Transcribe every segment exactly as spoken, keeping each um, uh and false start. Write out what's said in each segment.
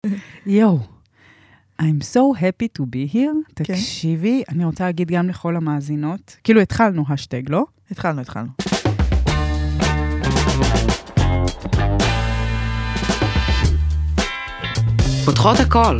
יו, I'm so happy to be here. תקשיבי, אני רוצה להגיד גם לכל המאזינות. כאילו התחלנו השטג, לא? התחלנו, התחלנו. פותחות הכל.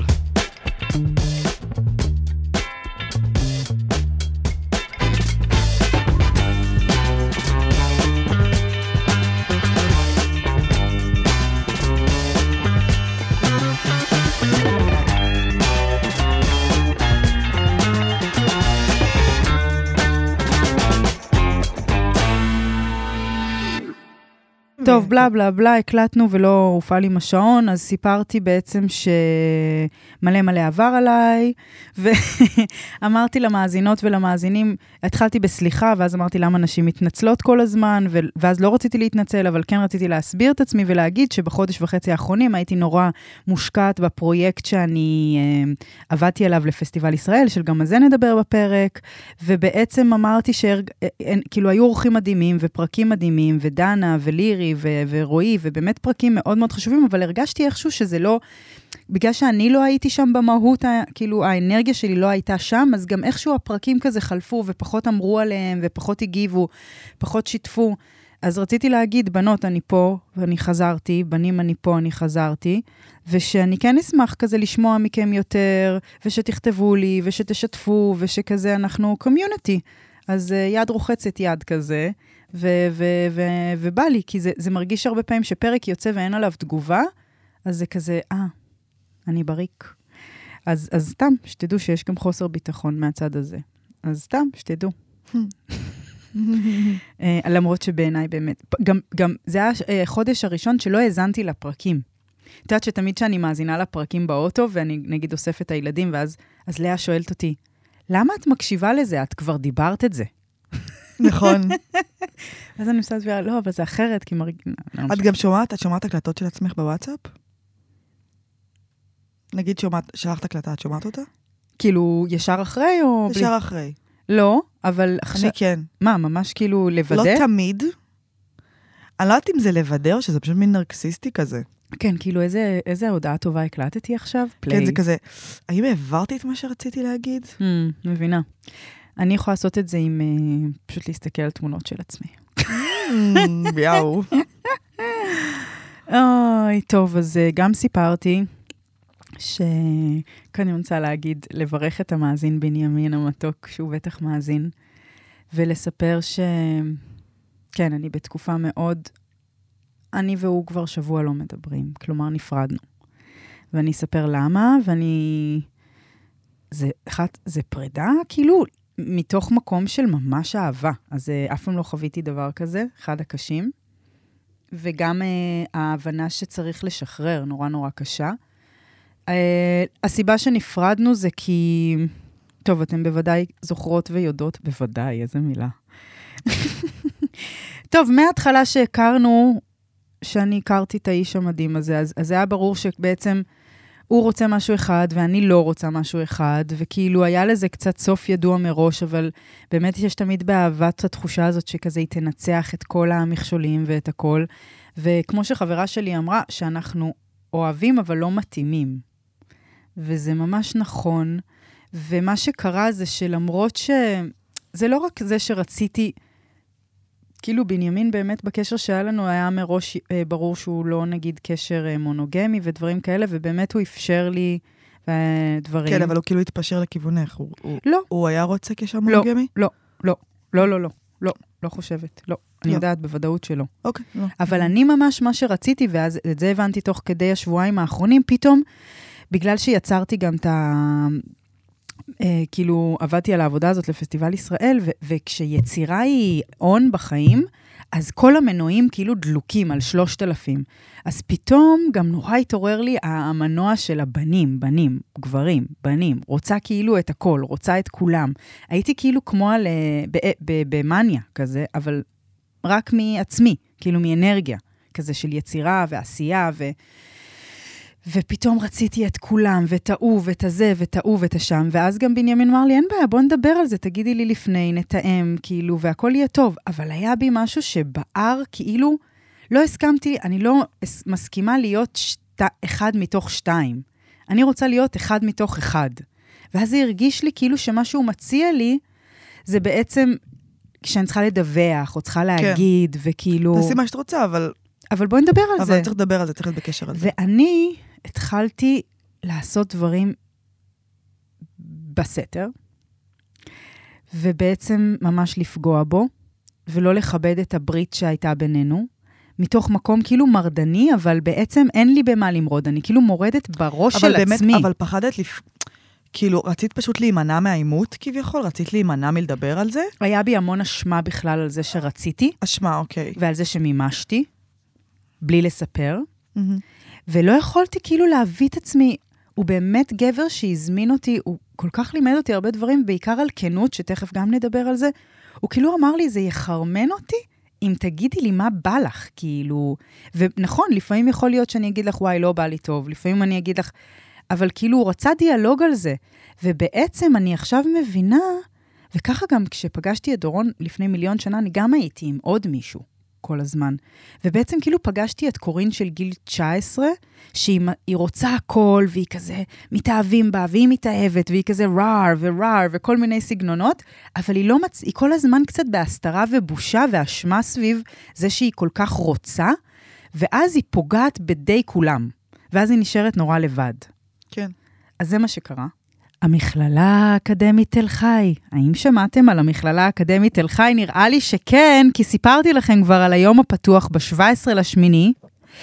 טוב, בלה בלה בלה, הקלטנו ולא הופעל עם השעון, אז סיפרתי בעצם שמלא מלא עבר עליי, ואמרתי למאזינות ולמאזינים, התחלתי בסליחה, ואז אמרתי למה נשים מתנצלות כל הזמן, ואז לא רציתי להתנצל, אבל כן רציתי להסביר את עצמי ולהגיד שבחודש וחצי האחרונים הייתי נורא מושקעת בפרויקט שאני עבדתי עליו לפסטיבל ישראל, של גם הזה נדבר בפרק, ובעצם אמרתי שכאילו היו אורחים מדהימים ופרקים מדהימים, ודנה ולירי, ו- ורועי, ובאמת פרקים מאוד מאוד חשובים, אבל הרגשתי איכשהו שזה לא, בגלל שאני לא הייתי שם במהות, כאילו האנרגיה שלי לא הייתה שם, אז גם איכשהו הפרקים כזה חלפו, ופחות אמרו עליהם, ופחות הגיבו, פחות שיתפו. אז רציתי להגיד, בנות, אני פה, ואני חזרתי, בנים, אני פה, אני חזרתי, ושאני כן אשמח כזה לשמוע מכם יותר, ושתכתבו לי, ושתשתפו, ושכזה אנחנו קומיוניטי. אז יד רוחצת יד כזה, ו- ו- ו- ובא לי, כי זה, זה מרגיש הרבה פעמים שפרק יוצא ואין עליו תגובה, אז זה כזה, אה, אני בריק. אז, אז סתם, שתדעו שיש גם חוסר ביטחון מהצד הזה. אז סתם, שתדעו. למרות שבעיניי באמת, גם, גם זה היה חודש הראשון שלא האזנתי לפרקים. את יודעת שתמיד שאני מאזינה לפרקים באוטו, ואני נגיד אוספת את הילדים, ואז אז לאה שואלת אותי, למה את מקשיבה לזה? את כבר דיברת את זה. נכון. אז אני עושה סבירה, לא, אבל זה אחרת, כי מרגיש... את גם שומעת, את שומעת הקלטות של עצמך בוואטסאפ? נגיד שלחת הקלטה, את שומעת אותה? כאילו, ישר אחרי או... ישר אחרי. לא, אבל עכשיו... אני כן. מה, ממש כאילו לוודא? לא תמיד. אני לא יודעת אם זה לוודא, או שזה פשוט מין נרקסיסטי כזה. כן, כאילו, איזה, איזה הודעה טובה הקלטתי עכשיו? פליי. כן, זה כזה, האם העברתי את מה שרציתי להגיד? Hmm, מבינה. אני יכולה לעשות את זה עם uh, פשוט להסתכל על תמונות של עצמי. יאו. אוי, טוב, אז uh, גם סיפרתי שכאן אני רוצה להגיד, לברך את המאזין בנימין המתוק, שהוא בטח מאזין, ולספר ש... כן, אני בתקופה מאוד... אני והוא כבר שבוע לא מדברים, כלומר נפרדנו. ואני אספר למה, ואני... זה, אחת, זה פרידה, כאילו, מתוך מקום של ממש אהבה. אז uh, אף פעם לא חוויתי דבר כזה, אחד הקשים. וגם uh, ההבנה שצריך לשחרר, נורא נורא קשה. Uh, הסיבה שנפרדנו זה כי... טוב, אתם בוודאי זוכרות ויודעות, בוודאי, איזה מילה. טוב, מההתחלה שהכרנו, שאני הכרתי את האיש המדהים הזה, אז, אז היה ברור שבעצם הוא רוצה משהו אחד, ואני לא רוצה משהו אחד, וכאילו היה לזה קצת סוף ידוע מראש, אבל באמת יש תמיד באהבת התחושה הזאת שכזה היא תנצח את כל המכשולים ואת הכל, וכמו שחברה שלי אמרה, שאנחנו אוהבים אבל לא מתאימים, וזה ממש נכון, ומה שקרה זה שלמרות שזה לא רק זה שרציתי, כאילו בנימין באמת בקשר שהיה לנו היה מראש אה, ברור שהוא לא נגיד קשר אה, מונוגמי ודברים כאלה, ובאמת הוא אפשר לי אה, דברים. כן, אבל הוא כאילו התפשר לכיוונך. הוא, לא. הוא, הוא היה רוצה קשר מונוגמי? לא, לא, לא, לא, לא, לא, לא חושבת, לא. אני לא. יודעת בוודאות שלא. אוקיי. לא. אבל אני ממש מה שרציתי, ואז את זה הבנתי תוך כדי השבועיים האחרונים, פתאום, בגלל שיצרתי גם את ה... Uh, כאילו, עבדתי על העבודה הזאת לפסטיבל ישראל, ו- וכשיצירה היא און בחיים, אז כל המנועים כאילו דלוקים על שלושת אלפים. אז פתאום גם נורא התעורר לי המנוע של הבנים, בנים, גברים, בנים. רוצה כאילו את הכל, רוצה את כולם. הייתי כאילו כמו על, ב- ב- במניה כזה, אבל רק מעצמי, כאילו מאנרגיה, כזה של יצירה ועשייה ו... ופתאום רציתי את כולם, ואת ההוא, ואת הזה, ואת ההוא, ואת השם, ואז גם בנימין אמר לי, אין בעיה, בוא נדבר על זה, תגידי לי לפני, נתאם, כאילו, והכל יהיה טוב. אבל היה בי משהו שבער, כאילו, לא הסכמתי, אני לא מסכימה להיות שת, אחד מתוך שתיים. אני רוצה להיות אחד מתוך אחד. ואז זה הרגיש לי כאילו שמה שהוא מציע לי, זה בעצם כשאני צריכה לדווח, או צריכה להגיד, כן. וכאילו... תעשי מה שאת רוצה, אבל... אבל בואי נדבר על אבל זה. אבל צריך לדבר על זה, צריך להיות בקשר על זה. ואני התחלתי לעשות דברים בסתר, ובעצם ממש לפגוע בו, ולא לכבד את הברית שהייתה בינינו, מתוך מקום כאילו מרדני, אבל בעצם אין לי במה למרוד, אני כאילו מורדת בראש של באמת, עצמי. אבל פחדת לפ... כאילו, רצית פשוט להימנע מהאימות כביכול? רצית להימנע מלדבר על זה? היה בי המון אשמה בכלל על זה שרציתי. אשמה, אוקיי. ועל זה שמימשתי, בלי לספר. Mm-hmm. ולא יכולתי כאילו להביא את עצמי. הוא באמת גבר שהזמין אותי, הוא כל כך לימד אותי הרבה דברים, בעיקר על כנות, שתכף גם נדבר על זה. הוא כאילו אמר לי, זה יחרמן אותי, אם תגידי לי מה בא לך, כאילו. ונכון, לפעמים יכול להיות שאני אגיד לך, וואי, לא בא לי טוב. לפעמים אני אגיד לך, אבל כאילו הוא רצה דיאלוג על זה. ובעצם אני עכשיו מבינה, וככה גם כשפגשתי את דורון לפני מיליון שנה, אני גם הייתי עם עוד מישהו כל הזמן. ובעצם כאילו פגשתי את קורין של גיל תשע עשרה, שהיא רוצה הכל, והיא כזה מתאהבים בה, והיא מתאהבת, והיא כזה רער ורער, וכל מיני סגנונות, אבל היא לא מצ... היא כל הזמן קצת בהסתרה ובושה והאשמה סביב זה שהיא כל כך רוצה, ואז היא פוגעת בדי כולם. ואז היא נשארת נורא לבד. כן. אז זה מה שקרה. המכללה האקדמית תל חי. האם שמעתם על המכללה האקדמית תל חי? נראה לי שכן, כי סיפרתי לכם כבר על היום הפתוח ב-שבעה עשר לשמיני,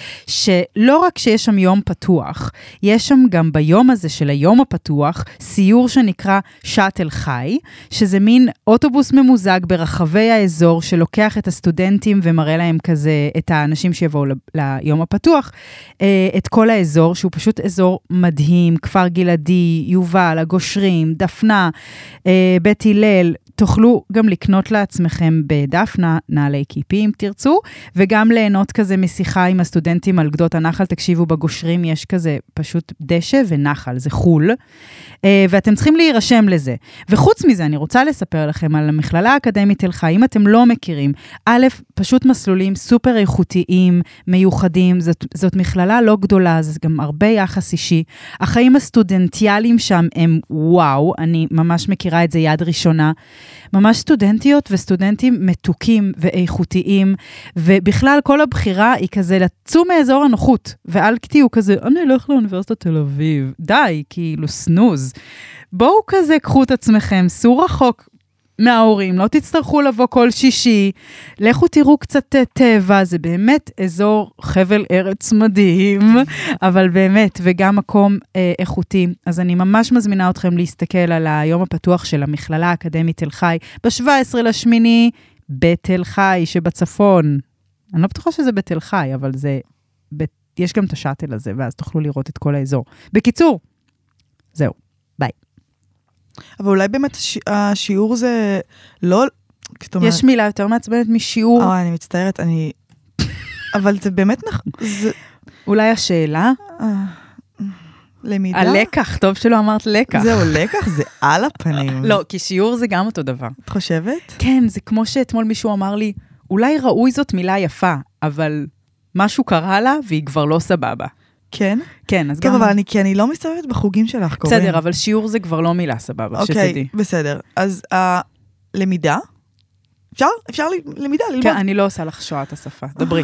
שלא רק שיש שם יום פתוח, יש שם גם ביום הזה של היום הפתוח, סיור שנקרא שאטל חי, שזה מין אוטובוס ממוזג ברחבי האזור, שלוקח את הסטודנטים ומראה להם כזה, את האנשים שיבואו ליום הפתוח, את כל האזור, שהוא פשוט אזור מדהים, כפר גלעדי, יובל, הגושרים, דפנה, בית הלל, תוכלו גם לקנות לעצמכם בדפנה, נעלי כיפים, תרצו, וגם ליהנות כזה משיחה עם הסטודנטים על גדות הנחל, תקשיבו, בגושרים יש כזה פשוט דשא ונחל, זה חול, ואתם צריכים להירשם לזה. וחוץ מזה, אני רוצה לספר לכם על המכללה האקדמית תל חי, אם אתם לא מכירים, א', פשוט מסלולים סופר איכותיים, מיוחדים, זאת, זאת מכללה לא גדולה, זה גם הרבה יחס אישי. החיים הסטודנטיאליים שם הם וואו, אני ממש מכירה את זה יד ראשונה, ממש סטודנטיות וסטודנטים מתוקים ואיכותיים, ובכלל כל הבחירה היא כזה לצום מאזור הנוחות, ואל תהיו כזה, אני אלך לאוניברסיטת תל אביב, די, כאילו סנוז. בואו כזה, קחו את עצמכם, סור רחוק מההורים, לא תצטרכו לבוא כל שישי, לכו תראו קצת טבע, זה באמת אזור חבל ארץ מדהים, אבל באמת, וגם מקום אה, איכותי. אז אני ממש מזמינה אתכם להסתכל על היום הפתוח של המכללה האקדמית תל חי, ב-שבעה עשר לשמיני, בתל חי שבצפון. אני לא בטוחה שזה בתל חי, אבל זה, ב... יש גם את השאטל הזה, ואז תוכלו לראות את כל האזור. בקיצור, זהו, ביי. אבל אולי באמת הש... השיעור זה לא... יש מילה יותר מעצבנת משיעור. אה, אני מצטערת, אני... אבל זה באמת נח... זה... אולי השאלה? למידה? הלקח, טוב שלא אמרת לקח. זהו, לקח זה על הפנים. לא, כי שיעור זה גם אותו דבר. את חושבת? כן, זה כמו שאתמול מישהו אמר לי, אולי ראוי זאת מילה יפה, אבל משהו קרה לה והיא כבר לא סבבה. כן? כן, אז כן, גם... אבל אני, כי אני לא מסתובבת בחוגים שלך, קוראים. בסדר, אבל שיעור זה כבר לא מילה סבבה, שתדעי. אוקיי, בסדר. אז הלמידה, אפשר? אפשר למידה, ללמוד. כן, אני לא עושה לך שואת השפה, דברי.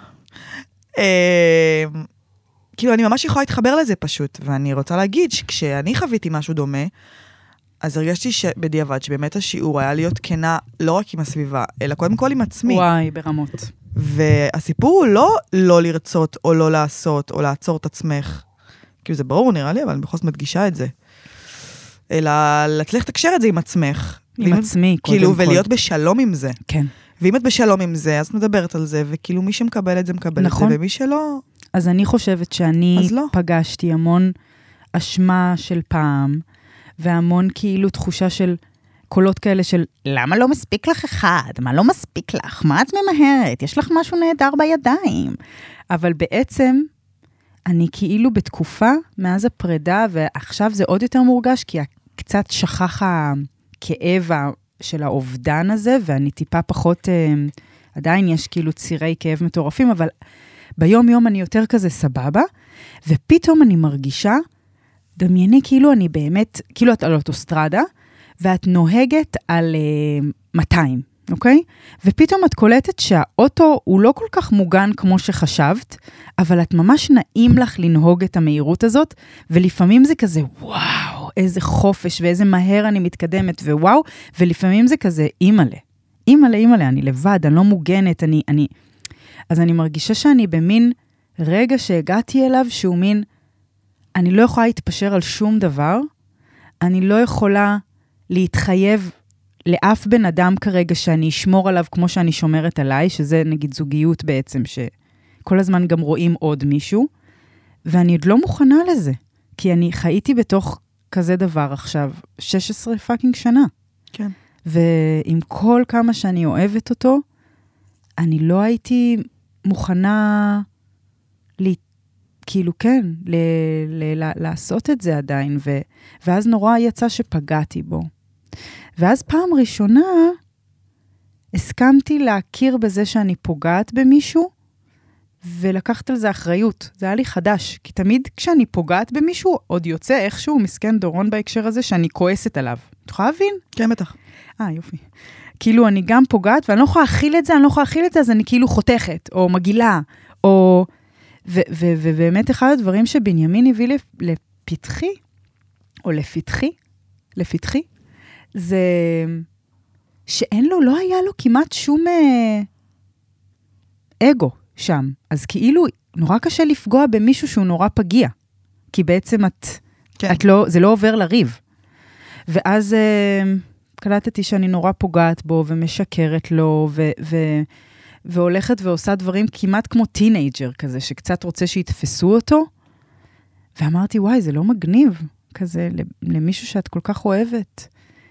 כאילו, אני ממש יכולה להתחבר לזה פשוט, ואני רוצה להגיד שכשאני חוויתי משהו דומה, אז הרגשתי שבדיעבד, שבאמת השיעור היה להיות כנה לא רק עם הסביבה, אלא קודם כל עם עצמי. וואי, ברמות. והסיפור הוא לא לא לרצות או לא לעשות, או לעצור את עצמך. כאילו זה ברור נראה לי, אבל אני בכל זאת מדגישה את זה. אלא להצליח לתקשר את זה עם עצמך. עם עצמי, קודם כל. כאילו, ולהיות בשלום עם זה. כן. ואם את בשלום עם זה, אז מדברת על זה, וכאילו מי שמקבל את זה, מקבל את זה, ומי שלא... אז אני חושבת שאני פגשתי המון אשמה של פעם, והמון כאילו תחושה של קולות כאלה של, למה לא מספיק לך אחד? מה לא מספיק לך? מה את ממהרת? יש לך משהו נהדר בידיים. אבל בעצם, אני כאילו בתקופה מאז הפרידה, ועכשיו זה עוד יותר מורגש, כי קצת שכח הכאב של האובדן הזה, ואני טיפה פחות, עדיין יש כאילו צירי כאב מטורפים, אבל ביום יום אני יותר כזה סבבה, ופתאום אני מרגישה דמייני כאילו אני באמת, כאילו את על אוטוסטרדה, ואת נוהגת על uh, מאתיים, אוקיי? ופתאום את קולטת שהאוטו הוא לא כל כך מוגן כמו שחשבת, אבל את ממש נעים לך לנהוג את המהירות הזאת, ולפעמים זה כזה, וואו, איזה חופש, ואיזה מהר אני מתקדמת, ווואו, ולפעמים זה כזה, אימאלה, אימאלה, אימאלה, אני לבד, אני לא מוגנת, אני, אני... אז אני מרגישה שאני במין רגע שהגעתי אליו, שהוא מין, אני לא יכולה להתפשר על שום דבר, אני לא יכולה להתחייב לאף בן אדם כרגע שאני אשמור עליו כמו שאני שומרת עליי, שזה נגיד זוגיות בעצם, שכל הזמן גם רואים עוד מישהו, ואני עוד לא מוכנה לזה, כי אני חייתי בתוך כזה דבר עכשיו, שש עשרה פאקינג שנה. כן. ועם כל כמה שאני אוהבת אותו, אני לא הייתי מוכנה, לי, כאילו כן, ל, ל, ל, לעשות את זה עדיין, ו, ואז נורא יצא שפגעתי בו. ואז פעם ראשונה, הסכמתי להכיר בזה שאני פוגעת במישהו, ולקחת על זה אחריות. זה היה לי חדש, כי תמיד כשאני פוגעת במישהו, עוד יוצא איכשהו מסכן דורון בהקשר הזה, שאני כועסת עליו. את יכולה להבין? כן, בטח. אה, יופי. כאילו, אני גם פוגעת, ואני לא יכולה להכיל את זה, אני לא יכולה להכיל את זה, אז אני כאילו חותכת, או מגילה, או... ו- ו- ובאמת אחד הדברים שבנימין הביא לפתחי, או לפתחי, לפתחי, זה שאין לו, לא היה לו כמעט שום אה, אגו שם. אז כאילו, נורא קשה לפגוע במישהו שהוא נורא פגיע. כי בעצם את, כן. את לא, זה לא עובר לריב. ואז אה, קלטתי שאני נורא פוגעת בו, ומשקרת לו, ו... ו- והולכת ועושה דברים כמעט כמו טינאג'ר כזה, שקצת רוצה שיתפסו אותו. ואמרתי, וואי, זה לא מגניב, כזה, למישהו שאת כל כך אוהבת.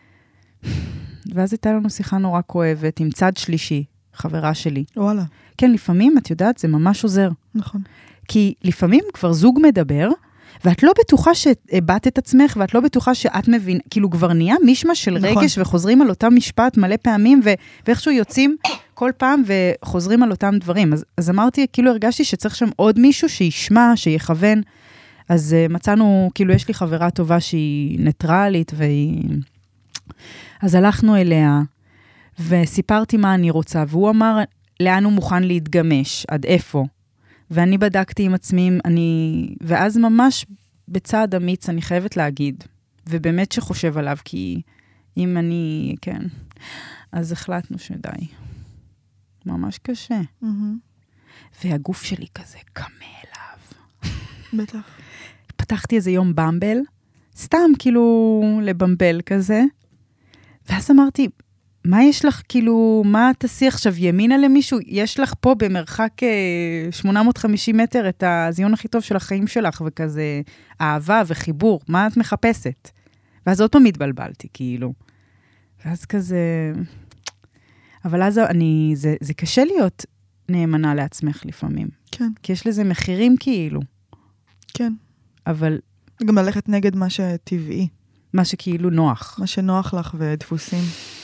ואז הייתה לנו שיחה נורא כואבת, עם צד שלישי, חברה שלי. וואלה. כן, לפעמים, את יודעת, זה ממש עוזר. נכון. כי לפעמים כבר זוג מדבר, ואת לא בטוחה שהבאת את עצמך, ואת לא בטוחה שאת מבין, כאילו כבר נהיה מישמה של נכון. רגש, וחוזרים על אותם משפט מלא פעמים, ו- ואיכשהו יוצאים כל פעם, וחוזרים על אותם דברים. אז, אז אמרתי, כאילו הרגשתי שצריך שם עוד מישהו שישמע, שיכוון. אז uh, מצאנו, כאילו יש לי חברה טובה שהיא ניטרלית, והיא... אז הלכנו אליה, וסיפרתי מה אני רוצה, והוא אמר, לאן הוא מוכן להתגמש, עד איפה. ואני בדקתי עם עצמי, אני... ואז ממש בצעד אמיץ, אני חייבת להגיד, ובאמת שחושב עליו, כי אם אני, כן, אז החלטנו שדי. ממש קשה. Mm-hmm. והגוף שלי כזה קמה אליו. בטח. פתחתי איזה יום במבל, סתם כאילו לבמבל כזה, ואז אמרתי, מה יש לך, כאילו, מה תעשי עכשיו ימינה למישהו? יש לך פה במרחק שמונה מאות וחמישים מטר את הזיון הכי טוב של החיים שלך, וכזה אהבה וחיבור, מה את מחפשת? ואז עוד פעם התבלבלתי, כאילו. ואז כזה... אבל אז אני, זה, זה קשה להיות נאמנה לעצמך לפעמים. כן. כי יש לזה מחירים כאילו. כן. אבל... גם ללכת נגד מה שטבעי. מה שכאילו נוח. מה שנוח לך ודפוסים.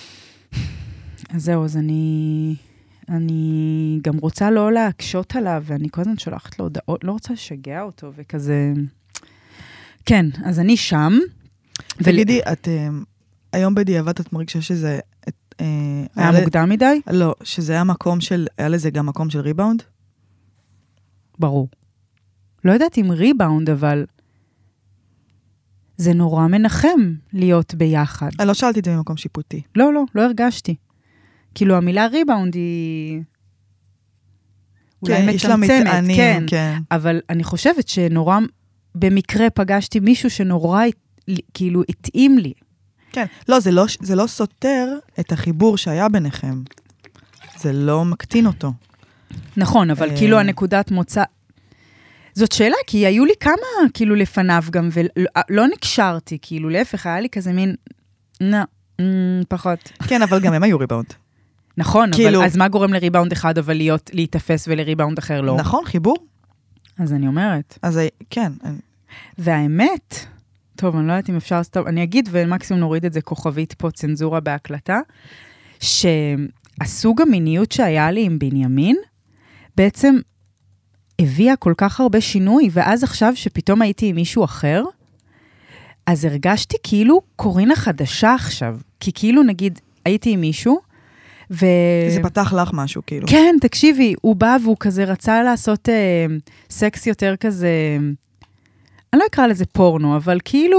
אז זהו, אז אני, אני גם רוצה לא להקשות עליו, ואני כל הזמן שולחת לו הודעות, לא רוצה לשגע אותו, וכזה... כן, אז אני שם. תגידי, ול... את היום בדיעבד את מרגישה שזה... היה, היה מוקדם ל... מדי? לא, שזה היה מקום של... היה לזה גם מקום של ריבאונד? ברור. לא יודעת אם ריבאונד, אבל... זה נורא מנחם להיות ביחד. אני לא שאלתי את זה ממקום שיפוטי. לא, לא, לא הרגשתי. כאילו, המילה ריבאונד היא... אולי מצמצמת, כן, כן. אבל אני חושבת שנורא, במקרה פגשתי מישהו שנורא, כאילו, התאים לי. כן, לא, זה לא, זה לא סותר את החיבור שהיה ביניכם. זה לא מקטין אותו. נכון, אבל כאילו הנקודת מוצא... זאת שאלה, כי היו לי כמה, כאילו, לפניו גם, ולא נקשרתי, כאילו, להפך, היה לי כזה מין, לא, פחות. כן, אבל גם הם היו ריבאונד. נכון, אבל אז מה גורם לריבאונד אחד, אבל להיות, להתאפס ולריבאונד אחר לא? נכון, חיבור. אז אני אומרת. אז כן. והאמת, טוב, אני לא יודעת אם אפשר, אני אגיד, ומקסימום נוריד את זה כוכבית פה, צנזורה בהקלטה, שהסוג המיניות שהיה לי עם בנימין, בעצם הביאה כל כך הרבה שינוי, ואז עכשיו שפתאום הייתי עם מישהו אחר, אז הרגשתי כאילו קורינה חדשה עכשיו, כי כאילו נגיד, הייתי עם מישהו, ו... זה פתח לך משהו, כאילו. כן, תקשיבי, הוא בא והוא כזה רצה לעשות אה, סקס יותר כזה, אני לא אקרא לזה פורנו, אבל כאילו...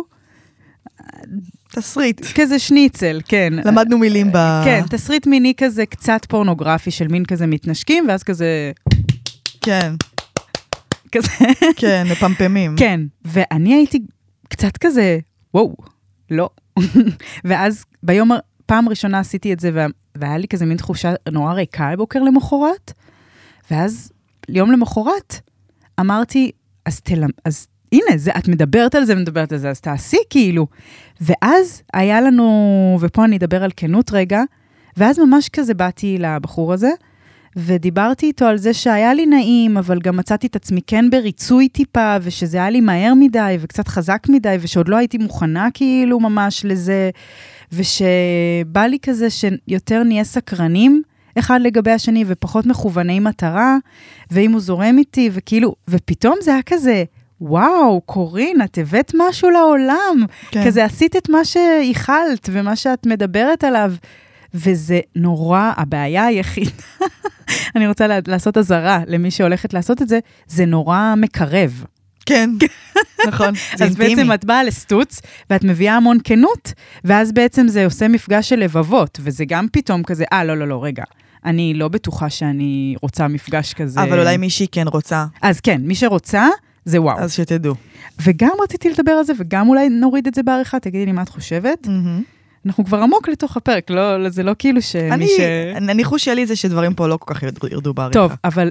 תסריט. כזה שניצל, כן. למדנו מילים ב... כן, תסריט מיני כזה קצת פורנוגרפי של מין כזה מתנשקים, ואז כזה... כן. כזה... כן, מפמפמים. כן, ואני הייתי קצת כזה, וואו, לא. ואז ביום, פעם ראשונה עשיתי את זה, והיה לי כזה מין תחושה נורא ריקה בוקר למחרת, ואז יום למחרת אמרתי, אז תלמד, אז הנה, זה, את מדברת על זה ומדברת על זה, אז תעשי כאילו. ואז היה לנו, ופה אני אדבר על כנות רגע, ואז ממש כזה באתי לבחור הזה, ודיברתי איתו על זה שהיה לי נעים, אבל גם מצאתי את עצמי כן בריצוי טיפה, ושזה היה לי מהר מדי, וקצת חזק מדי, ושעוד לא הייתי מוכנה כאילו ממש לזה, ושבא לי כזה שיותר נהיה סקרנים, אחד לגבי השני, ופחות מכווני מטרה, ואם הוא זורם איתי, וכאילו, ופתאום זה היה כזה, וואו, קורין, את הבאת משהו לעולם, כן. כזה עשית את מה שהיחלת, ומה שאת מדברת עליו, וזה נורא, הבעיה היחידה, אני רוצה לעשות עזרה למי שהולכת לעשות את זה, זה נורא מקרב. כן, נכון, זה אז אינטימי. בעצם את באה לסטוץ, ואת מביאה המון כנות, ואז בעצם זה עושה מפגש של לבבות, וזה גם פתאום כזה, אה, לא, לא, לא, רגע, אני לא בטוחה שאני רוצה מפגש כזה. אבל אולי מישהי כן רוצה. אז כן, מי שרוצה, זה וואו. אז שתדעו. וגם רציתי לדבר על זה, וגם אולי נוריד את זה בעריכה, תגידי לי מה את חושבת. אנחנו כבר עמוק לתוך הפרק, לא, זה לא כאילו שמי אני, ש... אני חושב לי זה שדברים פה לא כל כך ירדו בעריכה. טוב, אבל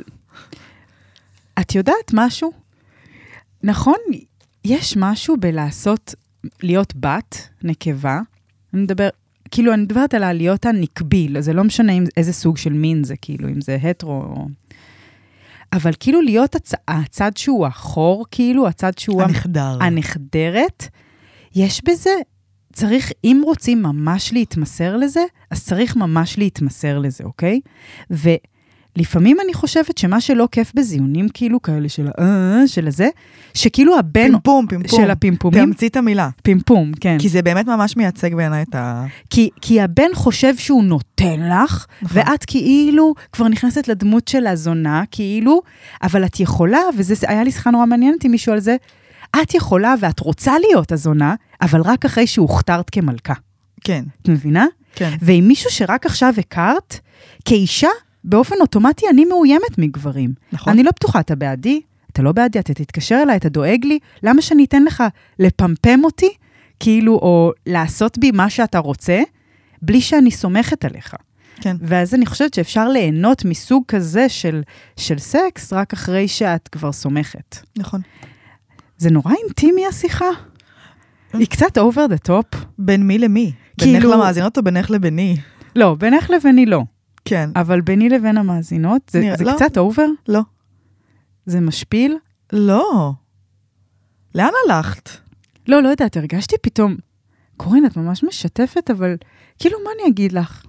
את יודעת משהו? נכון, יש משהו בלעשות, להיות בת, נקבה, אני מדבר, כאילו אני מדברת על העליות הנקביל, זה לא משנה אם, איזה סוג של מין זה, כאילו, אם זה הטרו, אבל כאילו להיות הצ... הצד שהוא החור, כאילו, הצד שהוא... הנחדר. הנחדרת, יש בזה, צריך, אם רוצים ממש להתמסר לזה, אז צריך ממש להתמסר לזה, אוקיי? ולפעמים אני חושבת שמה שלא כיף בזיונים, כאילו כאלה של אה, של הזה, שכאילו הבן... פימפום, פימפום. של הפימפומים. תמציא את המילה. פימפום, כן. כי זה באמת ממש מייצג בעיניי את ה... כי, כי הבן חושב שהוא נותן לך, נכון. ואת כאילו כבר נכנסת לדמות של הזונה, כאילו, אבל את יכולה, וזה היה לי שיחה נורא מעניינת עם מישהו על זה, את יכולה ואת רוצה להיות הזונה, אבל רק אחרי שהוכתרת כמלכה. כן. את מבינה? כן. ועם מישהו שרק עכשיו הכרת, כאישה, באופן אוטומטי אני מאוימת מגברים. נכון. אני לא בטוחה, אתה בעדי, אתה לא בעדי, אתה תתקשר אליי, אתה דואג לי, למה שאני אתן לך לפמפם אותי, כאילו, או לעשות בי מה שאתה רוצה, בלי שאני סומכת עליך. כן. ואז אני חושבת שאפשר ליהנות מסוג כזה של, של סקס, רק אחרי שאת כבר סומכת. נכון. זה נורא אינטימי השיחה. היא קצת over the top. בין מי למי? כאילו... בינך למאזינות או בינך לביני? לא, בינך לביני לא. כן. אבל ביני לבין המאזינות, זה, נראה, זה לא. קצת over? לא. זה משפיל? לא. לאן הלכת? לא, לא יודעת, הרגשתי פתאום, קורין, את ממש משתפת, אבל כאילו, מה אני אגיד לך?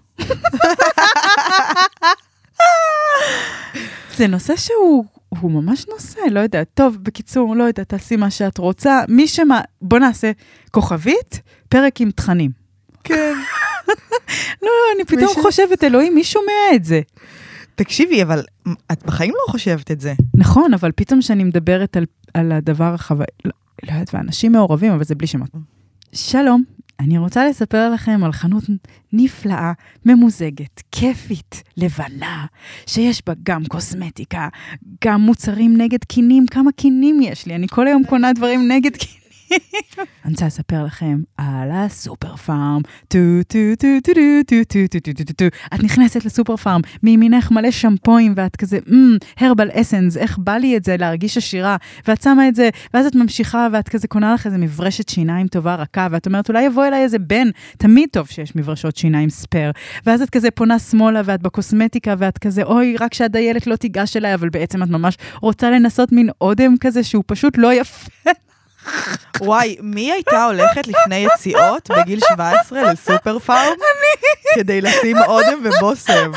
זה נושא שהוא הוא ממש נושא, לא יודעת. טוב, בקיצור, לא יודעת, תעשי מה שאת רוצה. מי שמה, בוא נעשה כוכבית, פרק עם תכנים. כן. לא, אני פתאום ש... חושבת, אלוהים, מי שומע את זה? תקשיבי, אבל את בחיים לא חושבת את זה. נכון, אבל פתאום שאני מדברת על, על הדבר החוואי, לא, לא יודעת, ואנשים מעורבים, אבל זה בלי שמות. שלום, אני רוצה לספר לכם על חנות נפלאה, ממוזגת, כיפית, לבנה, שיש בה גם קוסמטיקה, גם מוצרים נגד קינים, כמה קינים יש לי, אני כל היום קונה דברים נגד קינים. אני רוצה לספר לכם על הסופר פארם, טו טו טו טו טו טו טו טו טו טו. את נכנסת לסופר פארם, מימינך מלא שמפויים, ואת כזה, הרבל אסנס, איך בא לי את זה להרגיש עשירה, ואת שמה את זה, ואז את ממשיכה, ואת כזה קונה לך איזה מברשת שיניים טובה, רכה, ואת אומרת, אולי יבוא אליי איזה בן, תמיד טוב שיש מברשות שיניים ספר, ואז את כזה פונה שמאלה, ואת בקוסמטיקה, ואת כזה, אוי, רק שהדיילת לא תיגש אליי, אבל בעצם את ממש רוצה לנסות מין אודם כזה, שהוא פשוט לא יפה. וואי, מי הייתה הולכת לפני יציאות בגיל שבע עשרה לסופר פארם? כדי לשים אודם ובוסם.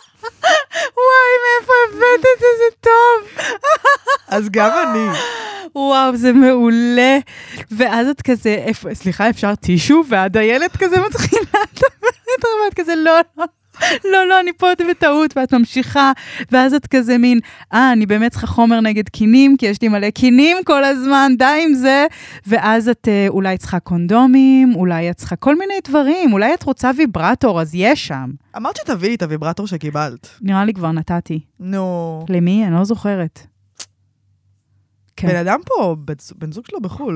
וואי, מאיפה הבאת את זה, זה טוב. אז גם אני. וואו, זה מעולה. ואז את כזה, סליחה, אפשר טישו? והדיילת כזה מתחילה, ואת כזה, לא, לא. לא, לא, אני פה בטעות, ואת ממשיכה, ואז את כזה מין, אה, אני באמת צריכה חומר נגד קינים, כי יש לי מלא קינים כל הזמן, די עם זה, ואז את אה, אולי צריכה קונדומים, אולי את צריכה כל מיני דברים, אולי את רוצה ויברטור, אז יש שם. אמרת שתביאי את הוויברטור שקיבלת. נראה לי כבר נתתי. נו. למי? אני לא זוכרת. כן. בן אדם פה, בן זוג שלו בחול.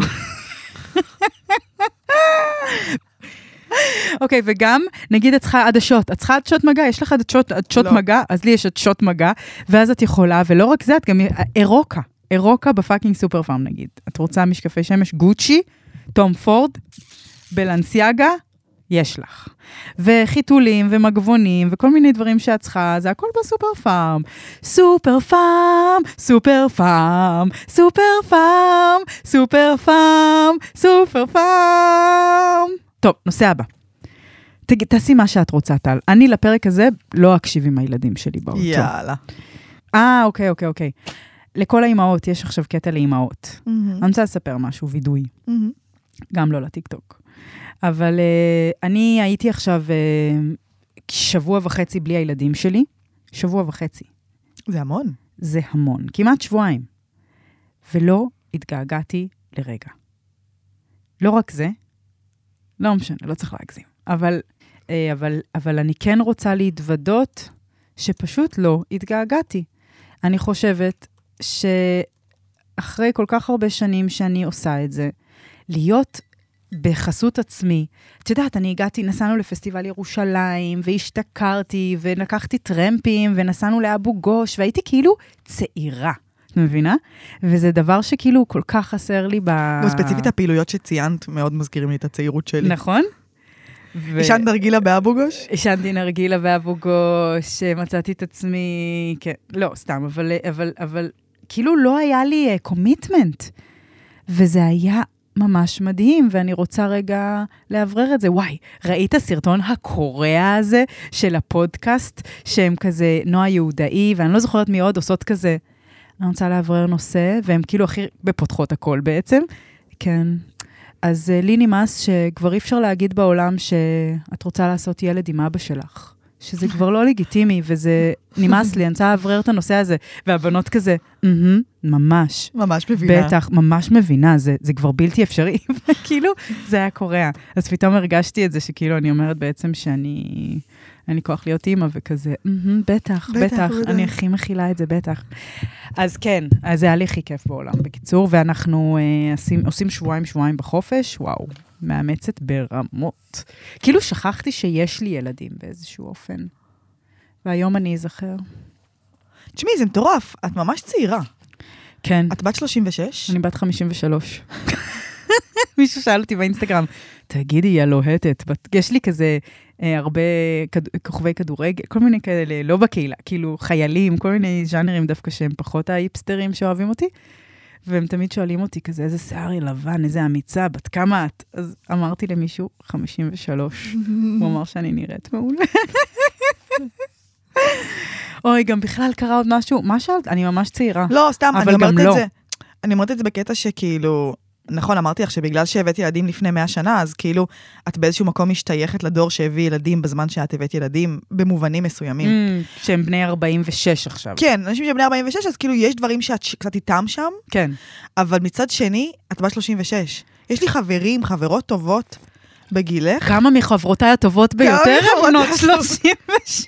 אוקיי, וגם, נגיד את צריכה עדשות, את צריכה עדשות מגע, יש לך עדשות מגע, אז לי יש עדשות מגע, ואז את יכולה, ולא רק זה, את גם אירוקה, אירוקה בפאקינג סופר פארם נגיד. את רוצה משקפי שמש גוצ'י, טום פורד, בלנסיאגה, יש לך. וחיתולים ומגבונים וכל מיני דברים שאת צריכה, זה הכל בסופר פארם. סופר פארם, סופר פארם, סופר פארם, סופר פארם, סופר פארם. טוב, נושא הבא. תגיד, תעשי מה שאת רוצה, טל. אני לפרק הזה לא אקשיב עם הילדים שלי באוטו. יאללה. אה, אוקיי, אוקיי, אוקיי. לכל האימהות, יש עכשיו קטע לאימהות. אני רוצה לספר משהו, וידוי. גם לא לטיקטוק. אבל uh, אני הייתי עכשיו uh, שבוע וחצי בלי הילדים שלי. שבוע וחצי. זה המון. זה המון. כמעט שבועיים. ולא התגעגעתי לרגע. לא רק זה, לא משנה, לא צריך להגזים. אבל, uh, אבל, אבל אני כן רוצה להתוודות שפשוט לא התגעגעתי. אני חושבת שאחרי כל כך הרבה שנים שאני עושה את זה, להיות בחסות עצמי. את יודעת, אני הגעתי, נסענו לפסטיבל ירושלים, והשתכרתי, ולקחתי טרמפים, ונסענו לאבו גוש, והייתי כאילו צעירה, את מבינה? וזה דבר שכאילו כל כך חסר לי ב... ספציפית הפעילויות שציינת, מאוד מזכירים לי את הצעירות שלי. נכון? ישנת נרגילה באבו גוש? ישנתי נרגילה באבו גוש, מצאתי את עצמי, כן, לא, סתם, אבל, אבל, אבל כאילו לא היה לי קומיטמנט, וזה היה ממש מדהים, ואני רוצה רגע להברר את זה. וואי, ראית הסרטון הקוריאה הזה של הפודקאסט, שהם כזה נועה יהודאי, ואני לא זוכרת מי עוד עושות כזה. אני רוצה להברר נושא, והם כאילו הכי בפותחות הכל בעצם. כן. אז לי נמאס שכבר אי אפשר להגיד בעולם שאת רוצה לעשות ילד עם אבא שלך. שזה כבר לא לגיטימי, וזה נמאס לי, אני רוצה להברר את הנושא הזה. והבנות כזה, ממש. ממש מבינה. בטח, ממש מבינה, זה, זה כבר בלתי אפשרי. כאילו, זה היה קוריאה. אז פתאום הרגשתי את זה, שכאילו אני אומרת בעצם שאני, אין לי כוח להיות אימא, וכזה, בטח, בטח, אני הכי מכילה את זה, בטח. אז כן, אז זה היה לי הכי כיף בעולם, בקיצור, ואנחנו עושים שבועיים, שבועיים בחופש, וואו. מאמצת ברמות. כאילו שכחתי שיש לי ילדים באיזשהו אופן. והיום אני אזכר. תשמעי, זה מטורף. את ממש צעירה. כן. את בת שלושים ושש? אני בת חמישים ושלוש. מישהו שאל אותי באינסטגרם, תגידי, יא לוהטת. יש לי כזה אה, הרבה כד... כוכבי כדורגל, כל מיני כאלה, לא בקהילה, כאילו חיילים, כל מיני ז'אנרים דווקא שהם פחות האיפסטרים שאוהבים אותי. והם תמיד שואלים אותי כזה, איזה שיער לבן, איזה אמיצה, בת כמה את? אז אמרתי למישהו, חמישים ושלוש. הוא אמר שאני נראית מעולה. אוי, גם בכלל קרה עוד משהו. מה שאלת? אני ממש צעירה. לא, סתם, אני אומרת את זה. אני אומרת את זה בקטע שכאילו, נכון, אמרתי לך שבגלל שהבאתי ילדים לפני מאה שנה, אז כאילו, את באיזשהו מקום משתייכת לדור שהביא ילדים בזמן שאת הבאת ילדים, במובנים מסוימים. שהם בני ארבעים ושש עכשיו. כן, אנשים שהם בני ארבעים ושש, אז כאילו יש דברים שאת קצת איתם שם. כן. אבל מצד שני, את בת שלושים ושש. יש לי חברים, חברות טובות בגילך. כמה מחברותיי הטובות ביותר? בנות שלושים ושש.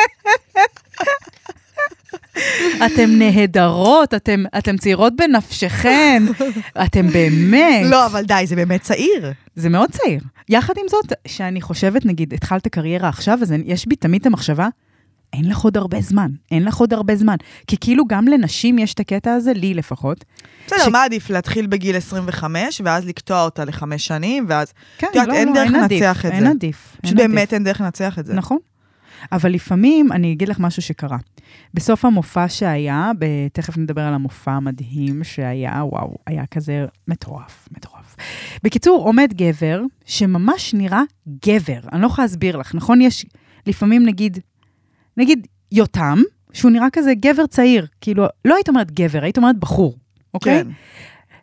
אתם נהדרות, אתם, אתם צעירות בנפשכן, אתם באמת. לא, אבל די, זה באמת צעיר. זה מאוד צעיר. יחד עם זאת, שאני חושבת, נגיד, התחלת קריירה עכשיו, אז יש בי תמיד את המחשבה, אין לך עוד הרבה זמן, אין לך עוד הרבה זמן. כי כאילו גם לנשים יש את הקטע הזה, לי לפחות. בסדר, ש... מה עדיף? להתחיל בגיל עשרים וחמש, ואז לקטוע אותה לחמש שנים, ואז... כן, תיאת, לא, אין לא, דרך אין לנצח עדיף, את אין זה. עדיף. שבאמת אין דרך לנצח את זה. נכון. אבל לפעמים, אני אגיד לך משהו שקרה. בסוף המופע שהיה, תכף נדבר על המופע המדהים שהיה, וואו, היה כזה מטורף, מטורף. בקיצור, עומד גבר שממש נראה גבר. אני לא יכולה להסביר לך, נכון? יש לפעמים נגיד, נגיד יותם, שהוא נראה כזה גבר צעיר. כאילו, לא היית אומרת גבר, היית אומרת בחור, אוקיי? כן.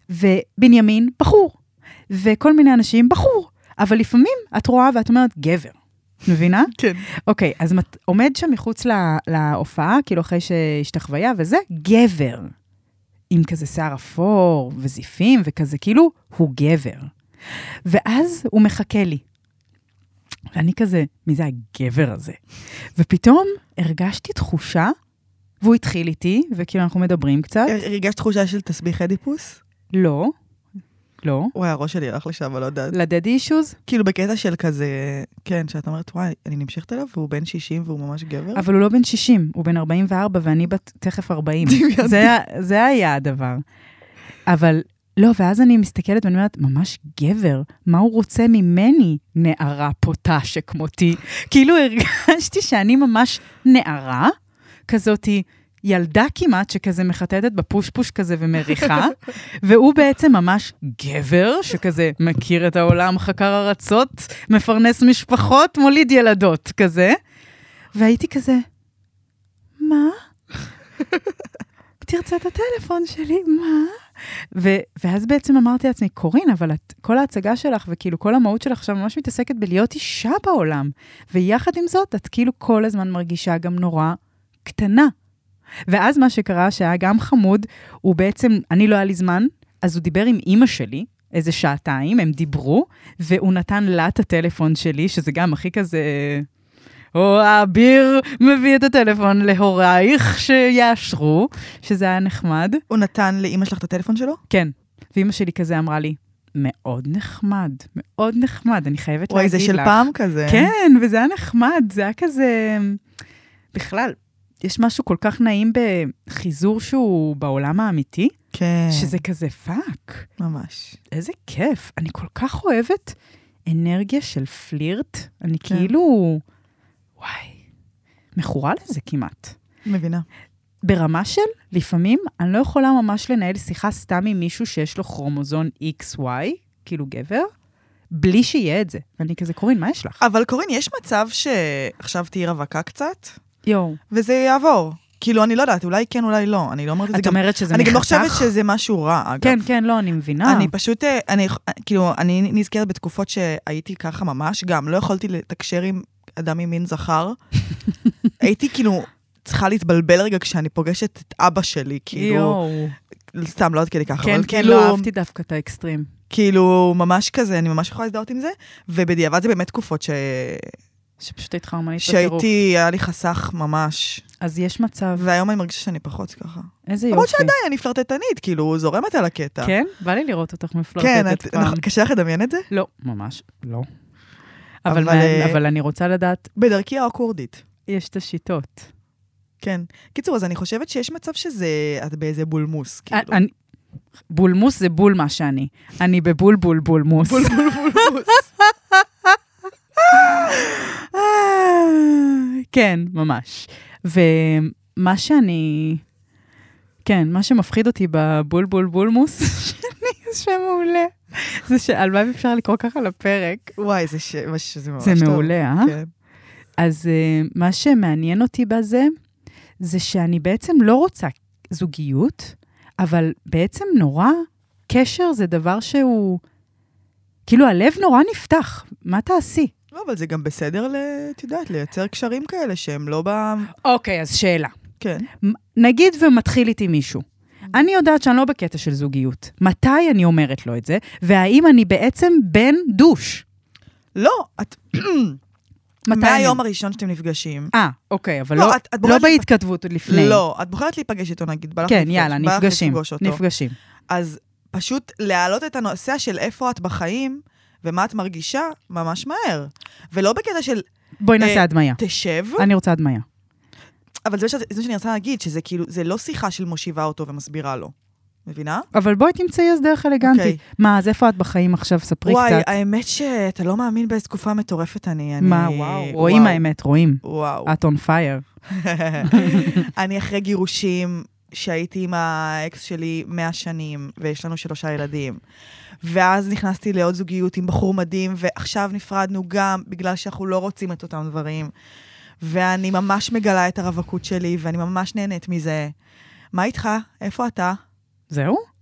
ובנימין, בחור. וכל מיני אנשים, בחור. אבל לפעמים את רואה ואת אומרת, גבר. מבינה? כן. אוקיי, אז עומד שם מחוץ לה, להופעה, כאילו אחרי שהשתחוויה, וזה גבר. עם כזה שיער אפור וזיפים וכזה, כאילו הוא גבר. ואז הוא מחכה לי. ואני כזה, מי זה הגבר הזה? ופתאום הרגשתי תחושה, והוא התחיל איתי, וכאילו אנחנו מדברים קצת. הרגשת תחושה של תסביך אדיפוס? לא. לא. וואי, הראש שלי הלך לשם, אבל לא יודעת. לדדי אישוז? כאילו בקטע של כזה, כן, שאת אומרת, וואי, אני נמשכת אליו, והוא בן שישים והוא ממש גבר. אבל הוא לא בן שישים, הוא בן ארבעים וארבע, ואני בת תכף ארבעים. זה, זה היה הדבר. אבל לא, ואז אני מסתכלת ואני אומרת, ממש גבר, מה הוא רוצה ממני? נערה פוטה שכמותי. כאילו הרגשתי שאני ממש נערה, כזאתי, ילדה כמעט שכזה מחטטת בפוש-פוש כזה ומריחה, והוא בעצם ממש גבר שכזה מכיר את העולם, חקר ארצות, מפרנס משפחות, מוליד ילדות כזה. והייתי כזה, מה? תרצה את הטלפון שלי, מה? ו- ואז בעצם אמרתי לעצמי, קורין, אבל את, כל ההצגה שלך וכאילו כל המהות שלך עכשיו ממש מתעסקת בלהיות אישה בעולם. ויחד עם זאת, את כאילו כל הזמן מרגישה גם נורא קטנה. ואז מה שקרה, שהיה גם חמוד, הוא בעצם, אני לא היה לי זמן, אז הוא דיבר עם אמא שלי, איזה שעתיים, הם דיברו, והוא נתן לה את הטלפון שלי, שזה גם הכי כזה, או האביר מביא את הטלפון להורייך שיאשרו, שזה היה נחמד. הוא נתן לאמא שלך את הטלפון שלו? כן, ואמא שלי כזה אמרה לי, מאוד נחמד, מאוד נחמד, אני חייבת להגיד לך. וואי, זה של פעם כזה. כן, וזה היה נחמד, זה היה כזה, בכלל, יש משהו כל כך נעים בחיזור שהוא בעולם האמיתי, כן. שזה כזה פאק. ממש. איזה כיף. אני כל כך אוהבת אנרגיה של פלירט. אני כן. כאילו, וואי, מכורה לזה כמעט. מבינה. ברמה של, לפעמים, אני לא יכולה ממש לנהל שיחה סתם עם מישהו שיש לו כרומוזון אקס וואי, כאילו גבר, בלי שיהיה את זה. ואני כזה, קורין, מה יש לך? אבל קורין, יש מצב שעכשיו תהי רווקה קצת? יואו. וזה יעבור. כאילו, אני לא יודעת, אולי כן, אולי לא. אני לא אומרת את זה את גם... אומרת שזה אני מחתך? גם לא חושבת שזה משהו רע, אגב. כן, כן, לא, אני מבינה. אני פשוט, אני, כאילו, אני נזכרת בתקופות שהייתי ככה ממש, גם לא יכולתי לתקשר עם אדם ממין זכר. הייתי כאילו צריכה להתבלבל רגע כשאני פוגשת את אבא שלי, כאילו... יואו. סתם, לא עד כדי ככה, כן, אבל כן, כאילו... לא אהבתי דווקא את האקסטרים. כאילו, ממש כזה, אני ממש יכולה להזדהות עם זה, ובדיעבד זה באמת תקופות ש... שפשוט היית חרמנית בטירוף. שהייתי, היה לי חסך ממש. אז יש מצב. והיום אני מרגישה שאני פחות ככה. איזה יופי. למרות שעדיין אני פלרטטנית, כאילו, זורמת על הקטע. כן? בא לי לראות אותך מפלרטטת כן, את, פעם. נכון, קשה לך לדמיין את זה? לא, ממש לא. אבל, אבל, מה, אבל אני רוצה לדעת, בדרכי האקורדית. יש את השיטות. כן. קיצור, אז אני חושבת שיש מצב שזה, את באיזה בולמוס, כאילו. אני, בולמוס זה בול מה שאני. אני בבול בול בולמוס. בול בול בולמוס. כן, ממש. ומה שאני... כן, מה שמפחיד אותי בבול בול בולמוס, שאני שם מעולה, זה שהלוואי אפשר לקרוא ככה לפרק. וואי, זה, ש... זה ממש זה טוב. מעולה, אה? כן. אז uh, מה שמעניין אותי בזה, זה שאני בעצם לא רוצה זוגיות, אבל בעצם נורא, קשר זה דבר שהוא... כאילו הלב נורא נפתח, מה תעשי? לא, אבל זה גם בסדר, את יודעת, לייצר קשרים כאלה שהם לא ב... אוקיי, אז שאלה. כן. נגיד ומתחיל איתי מישהו. אני יודעת שאני לא בקטע של זוגיות. מתי אני אומרת לו את זה? והאם אני בעצם בן דוש? לא, את... מתי מהיום אני... הראשון שאתם נפגשים. אה, אוקיי, אבל לא, לא, את- את לא בוחרת בהתכתבות עוד לפני. לא, את בוחרת להיפגש איתו, נגיד. בא לך כן, לפגוש- יאללה, בא לך נפגשים. לפגוש אותו. נפגשים. אז פשוט להעלות את הנושא של איפה את בחיים, ומה את מרגישה, ממש מהר. ולא בקטע של בואי נעשה אה, הדמיה. תשב, אני רוצה הדמיה. אבל זה שזה- זה שאני רוצה להגיד, שזה כאילו, זה לא שיחה של מושיבה אותו ומסבירה לו. מבינה? אבל בואי תמצאי אז דרך אלגנטית. אוקיי. מה, אז איפה את בחיים עכשיו? ספרי וואי, קצת. האמת שאתה לא מאמין באיזו תקופה מטורפת אני. אני... מה, וואו. רואים האמת, רואים. וואו. את on fire. אני אחרי גירושים, שהייתי עם האקס שלי מאה שנים, ויש לנו שלושה ילדים. ואז נכנסתי לעוד זוגיות עם בחור מדהים, ועכשיו נפרדנו גם בגלל שאנחנו לא רוצים את אותם דברים. ואני ממש מגלה את הרווקות שלי, ואני ממש נהנית מזה. מה איתך? איפה אתה? זהו?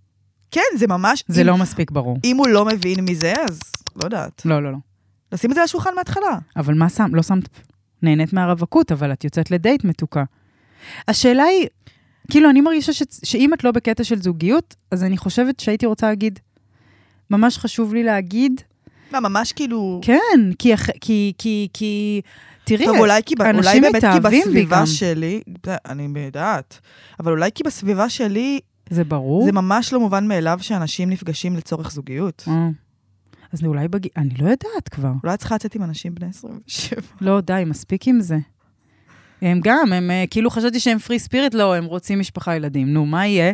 כן, זה ממש... זה אם, לא מספיק ברור. אם הוא לא מבין מזה, אז לא יודעת. לא, לא, לא. לשים את זה על השולחן מההתחלה. אבל מה שם? לא שמת... נהנית מהרווקות, אבל את יוצאת לדייט מתוקה. השאלה היא, כאילו, אני מרגישה ש... שאם את לא בקטע של זוגיות, אז אני חושבת שהייתי רוצה להגיד, ממש חשוב לי להגיד... מה, ממש כאילו... כן, כי... כי... כי... כי... תראי, טוב, אולי, כי, אולי באמת כי בסביבה גם. שלי, אני יודעת, אבל אולי כי בסביבה שלי, זה ברור. זה ממש לא מובן מאליו שאנשים נפגשים לצורך זוגיות. אה. אז אולי בג... אני לא יודעת כבר. אולי צריכה לצאת עם אנשים בני עשרים ושבע. לא, די, מספיק עם זה. הם גם, הם כאילו חשבתי שהם פרי ספיריט, לא, הם רוצים משפחה ילדים. נו, מה יהיה?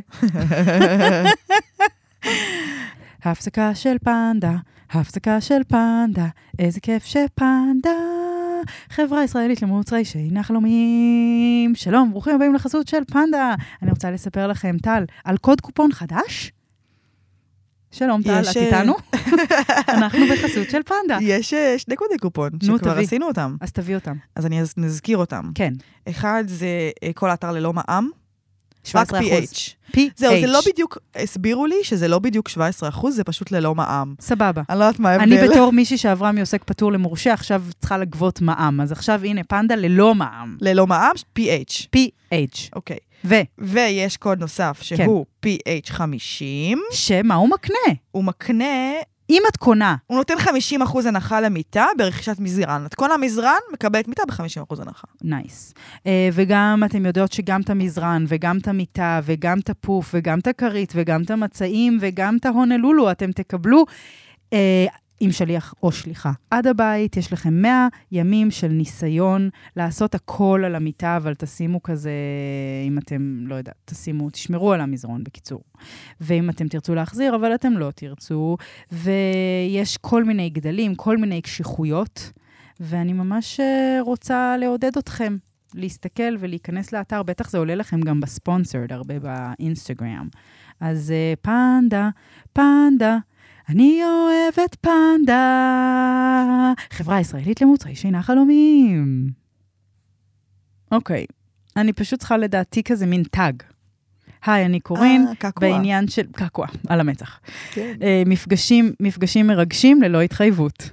הפסקה של פנדה, הפסקה של פנדה, איזה כיף שפנדה. חברה ישראלית למוצרי שינה חלומים. שלום, ברוכים הבאים לחסות של פנדה. אני רוצה לספר לכם, טל, על קוד קופון חדש. שלום, טל, את איתנו? אנחנו בחסות של פנדה. יש שני קודי קופון, שכבר עשינו אותם. אז תביא אותם. אז אני נזכיר אותם. כן. אחד זה כל האתר ללא מע"מ. שבע עשרה אחוז. רק פי אייץ'. זהו, זה לא בדיוק, הסבירו לי שזה לא בדיוק שבע עשרה אחוז, זה פשוט ללא מע"מ. סבבה. אני לא יודעת מה ההבדל. אני בתור מישהי שעברה מעוסק פטור למורשה, עכשיו צריכה לגבות מע"מ. אז עכשיו הנה, פנדה ללא מע"מ. ללא מע"מ, פי אייץ'. פי אייץ'. אוקיי. ו? ויש קוד נוסף, שהוא פי אייץ' חמישים. שמה הוא מקנה? הוא מקנה... אם את קונה. הוא נותן חמישים אחוז הנחה למיטה ברכישת מזרן. את קונה מזרן, מקבלת מיטה ב-חמישים אחוז הנחה. נייס. Uh, וגם אתם יודעות שגם את המזרן, וגם את המיטה, וגם את הפוף, וגם את הכרית, וגם את המצעים, וגם את ההונלולו, אתם תקבלו uh, עם שליח או שליחה. עד הבית יש לכם מאה ימים של ניסיון לעשות הכל על המיטה, אבל תשימו כזה, אם אתם, לא יודעת, תשימו, תשמרו על המזרון בקיצור. ואם אתם תרצו להחזיר, אבל אתם לא תרצו, ויש כל מיני גדלים, כל מיני קשיחויות, ואני ממש רוצה לעודד אתכם להסתכל ולהיכנס לאתר, בטח זה עולה לכם גם בספונסרד, הרבה באינסטגרם. אז פנדה, פנדה, אני אוהבת פנדה, חברה ישראלית למוצרי שינה חלומים. אוקיי, אני פשוט צריכה לדעתי כזה מין טאג. היי, אני קורין, בעניין של... קקוע, על המצח. כן. מפגשים, מפגשים מרגשים ללא התחייבות.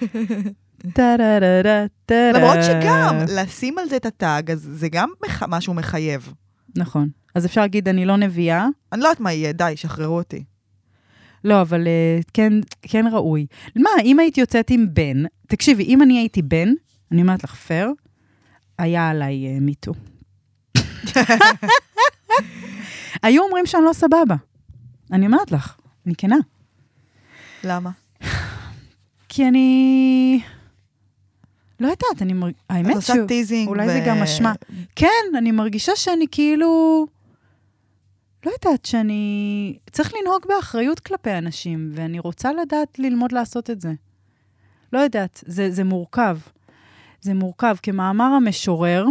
למרות שגם, לשים על זה את הטאג, אז זה גם משהו מחייב. נכון. אז אפשר להגיד, אני לא נביאה. אני לא יודעת מה יהיה, די, שחררו אותי. לא, אבל כן, כן ראוי. מה, אם הייתי יוצאת עם בן, תקשיבי, אם אני הייתי בן, אני אומרת לך, פר, היה עליי מיטו. היו אומרים שאני לא סבבה. אני אומרת לך, אני כנה. למה? כי אני... לא יודעת, אני מרגישה... האמת ש... טיזינג אולי ו... זה גם משמע. כן, אני מרגישה שאני כאילו... לא יודעת שאני... צריך לנהוג באחריות כלפי אנשים, ואני רוצה לדעת ללמוד לעשות את זה. לא יודעת, זה, זה מורכב. זה מורכב. כמאמר המשורר,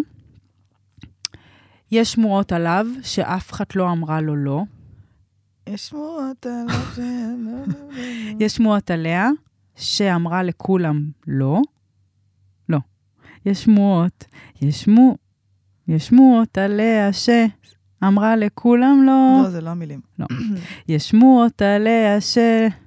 יש שמועות עליו שאף אחד לא אמרה לו לא. יש שמועות עליו ש... יש שמועות עליה שאמרה לכולם לא. לא. יש שמועות. יש שמועות. יש שמועות עליה ש... אמרה לכולם לא. לא, זה לא המילים. לא. יש שמועות עליה ש...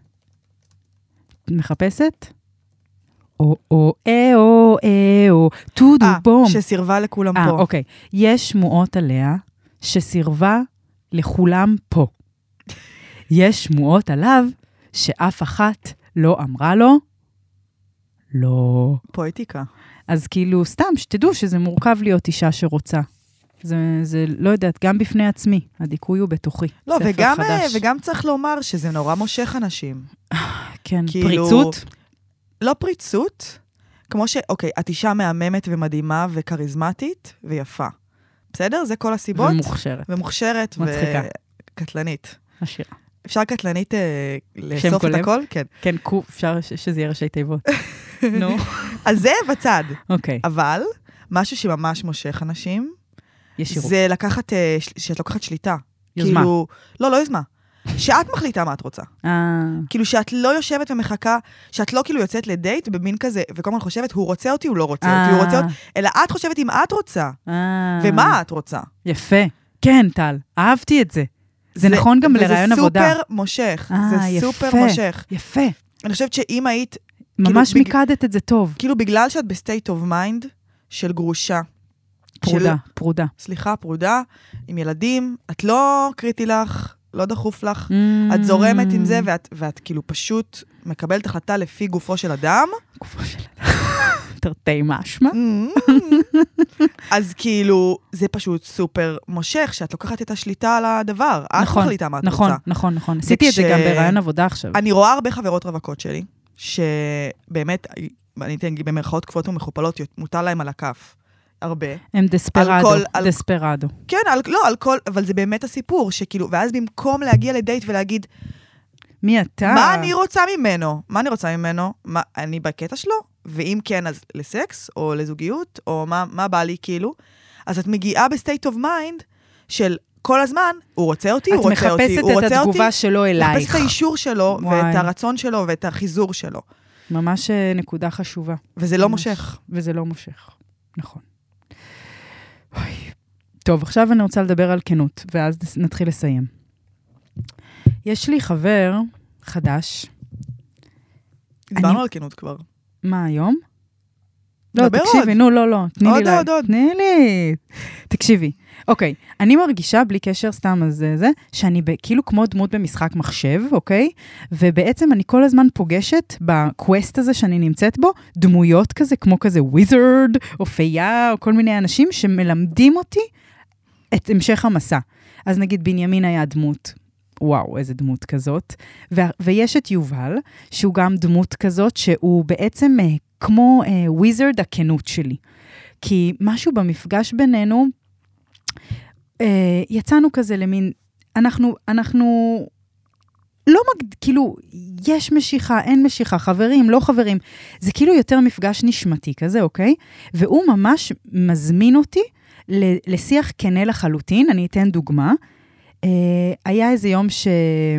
מחפשת? או, או, אה, או, אה, או, טודו, בום. אה, שסירבה לכולם פה. אה, אוקיי. יש שמועות עליה שסירבה לכולם פה. יש שמועות עליו שאף אחת לא אמרה לו לא. פואטיקה. אז כאילו, סתם, שתדעו שזה מורכב להיות אישה שרוצה. זה, זה, לא יודעת, גם בפני עצמי, הדיכוי הוא בתוכי. לא, וגם, וגם צריך לומר שזה נורא מושך אנשים. כן, כאילו, פריצות? לא פריצות, כמו ש, אוקיי, את אישה מהממת ומדהימה וקריזמטית ויפה. בסדר? זה כל הסיבות. ומוכשרת. ומוכשרת מצחיקה. וקטלנית. עשירה. אפשר קטלנית אה, לאסוף את הכל? כן. כן, קו, אפשר ש- שזה יהיה ראשי תיבות. נו. אז זה בצד. אוקיי. אבל, משהו שממש מושך אנשים, ישירות. זה לקחת, שאת לוקחת שליטה. יוזמה. כאילו, לא, לא יוזמה. שאת מחליטה מה את רוצה. אה. כאילו שאת לא יושבת ומחכה, שאת לא כאילו יוצאת לדייט במין כזה, וכל הזמן חושבת, הוא רוצה אותי, הוא לא רוצה אותי, הוא רוצה אותי, אלא את חושבת אם את רוצה. ומה את רוצה. יפה. כן, טל, אהבתי את זה. זה נכון גם לרעיון עבודה. וזה סופר מושך. זה סופר מושך. יפה. אני חושבת שאם היית... ממש מיקדת את זה טוב. כאילו, בגלל שאת בסטייט אוף מיינד של גרושה. פרודה, פרודה. סליחה, פרודה, עם ילדים, את לא קריטי לך, לא דחוף לך, את זורמת עם זה, ואת כאילו פשוט מקבלת החלטה לפי גופו של אדם. גופו של אדם. תרתי משמע. אז כאילו, זה פשוט סופר מושך, שאת לוקחת את השליטה על הדבר. את מחליטה מה את רוצה. נכון, נכון, נכון. עשיתי את זה גם ברעיון עבודה עכשיו. אני רואה הרבה חברות רווקות שלי, שבאמת, אני אתן במרכאות כפות ומכופלות, מוטל להם על הכף. הרבה. הם דספרדו, כל, על, דספרדו. כן, על, לא, על כל, אבל זה באמת הסיפור, שכאילו, ואז במקום להגיע לדייט ולהגיד, מי אתה? מה אני רוצה ממנו? מה אני רוצה ממנו? מה, אני בקטע שלו? ואם כן, אז לסקס, או לזוגיות, או מה, מה בא לי, כאילו. אז את מגיעה בסטייט אוף מיינד, של כל הזמן, הוא רוצה אותי, הוא רוצה אותי, הוא רוצה אותי. את מחפשת את התגובה שלו אלייך. מחפשת את האישור שלו, וואי. ואת הרצון שלו, ואת החיזור שלו. ממש נקודה חשובה. וזה ממש, לא מושך. וזה לא מושך. נכון. טוב, עכשיו אני רוצה לדבר על כנות, ואז נתחיל לסיים. יש לי חבר חדש. דיברנו אני... על כנות כבר. מה, היום? לא, תקשיבי, נו, לא, לא. תני עוד, לי עוד, עוד. תני לי. תקשיבי. אוקיי, אני מרגישה, בלי קשר סתם על זה, זה, שאני כאילו כמו דמות במשחק מחשב, אוקיי? ובעצם אני כל הזמן פוגשת בקווסט הזה שאני נמצאת בו, דמויות כזה, כמו כזה וויזרד, או פייה, או כל מיני אנשים שמלמדים אותי את המשך המסע. אז נגיד בנימין היה דמות, וואו, איזה דמות כזאת. ו- ויש את יובל, שהוא גם דמות כזאת, שהוא בעצם אה, כמו אה, וויזרד הכנות שלי. כי משהו במפגש בינינו, אה, יצאנו כזה למין, אנחנו, אנחנו לא מגד... כאילו, יש משיכה, אין משיכה, חברים, לא חברים. זה כאילו יותר מפגש נשמתי כזה, אוקיי? והוא ממש מזמין אותי לשיח כנה לחלוטין. אני אתן דוגמה. Uh, היה איזה יום ש...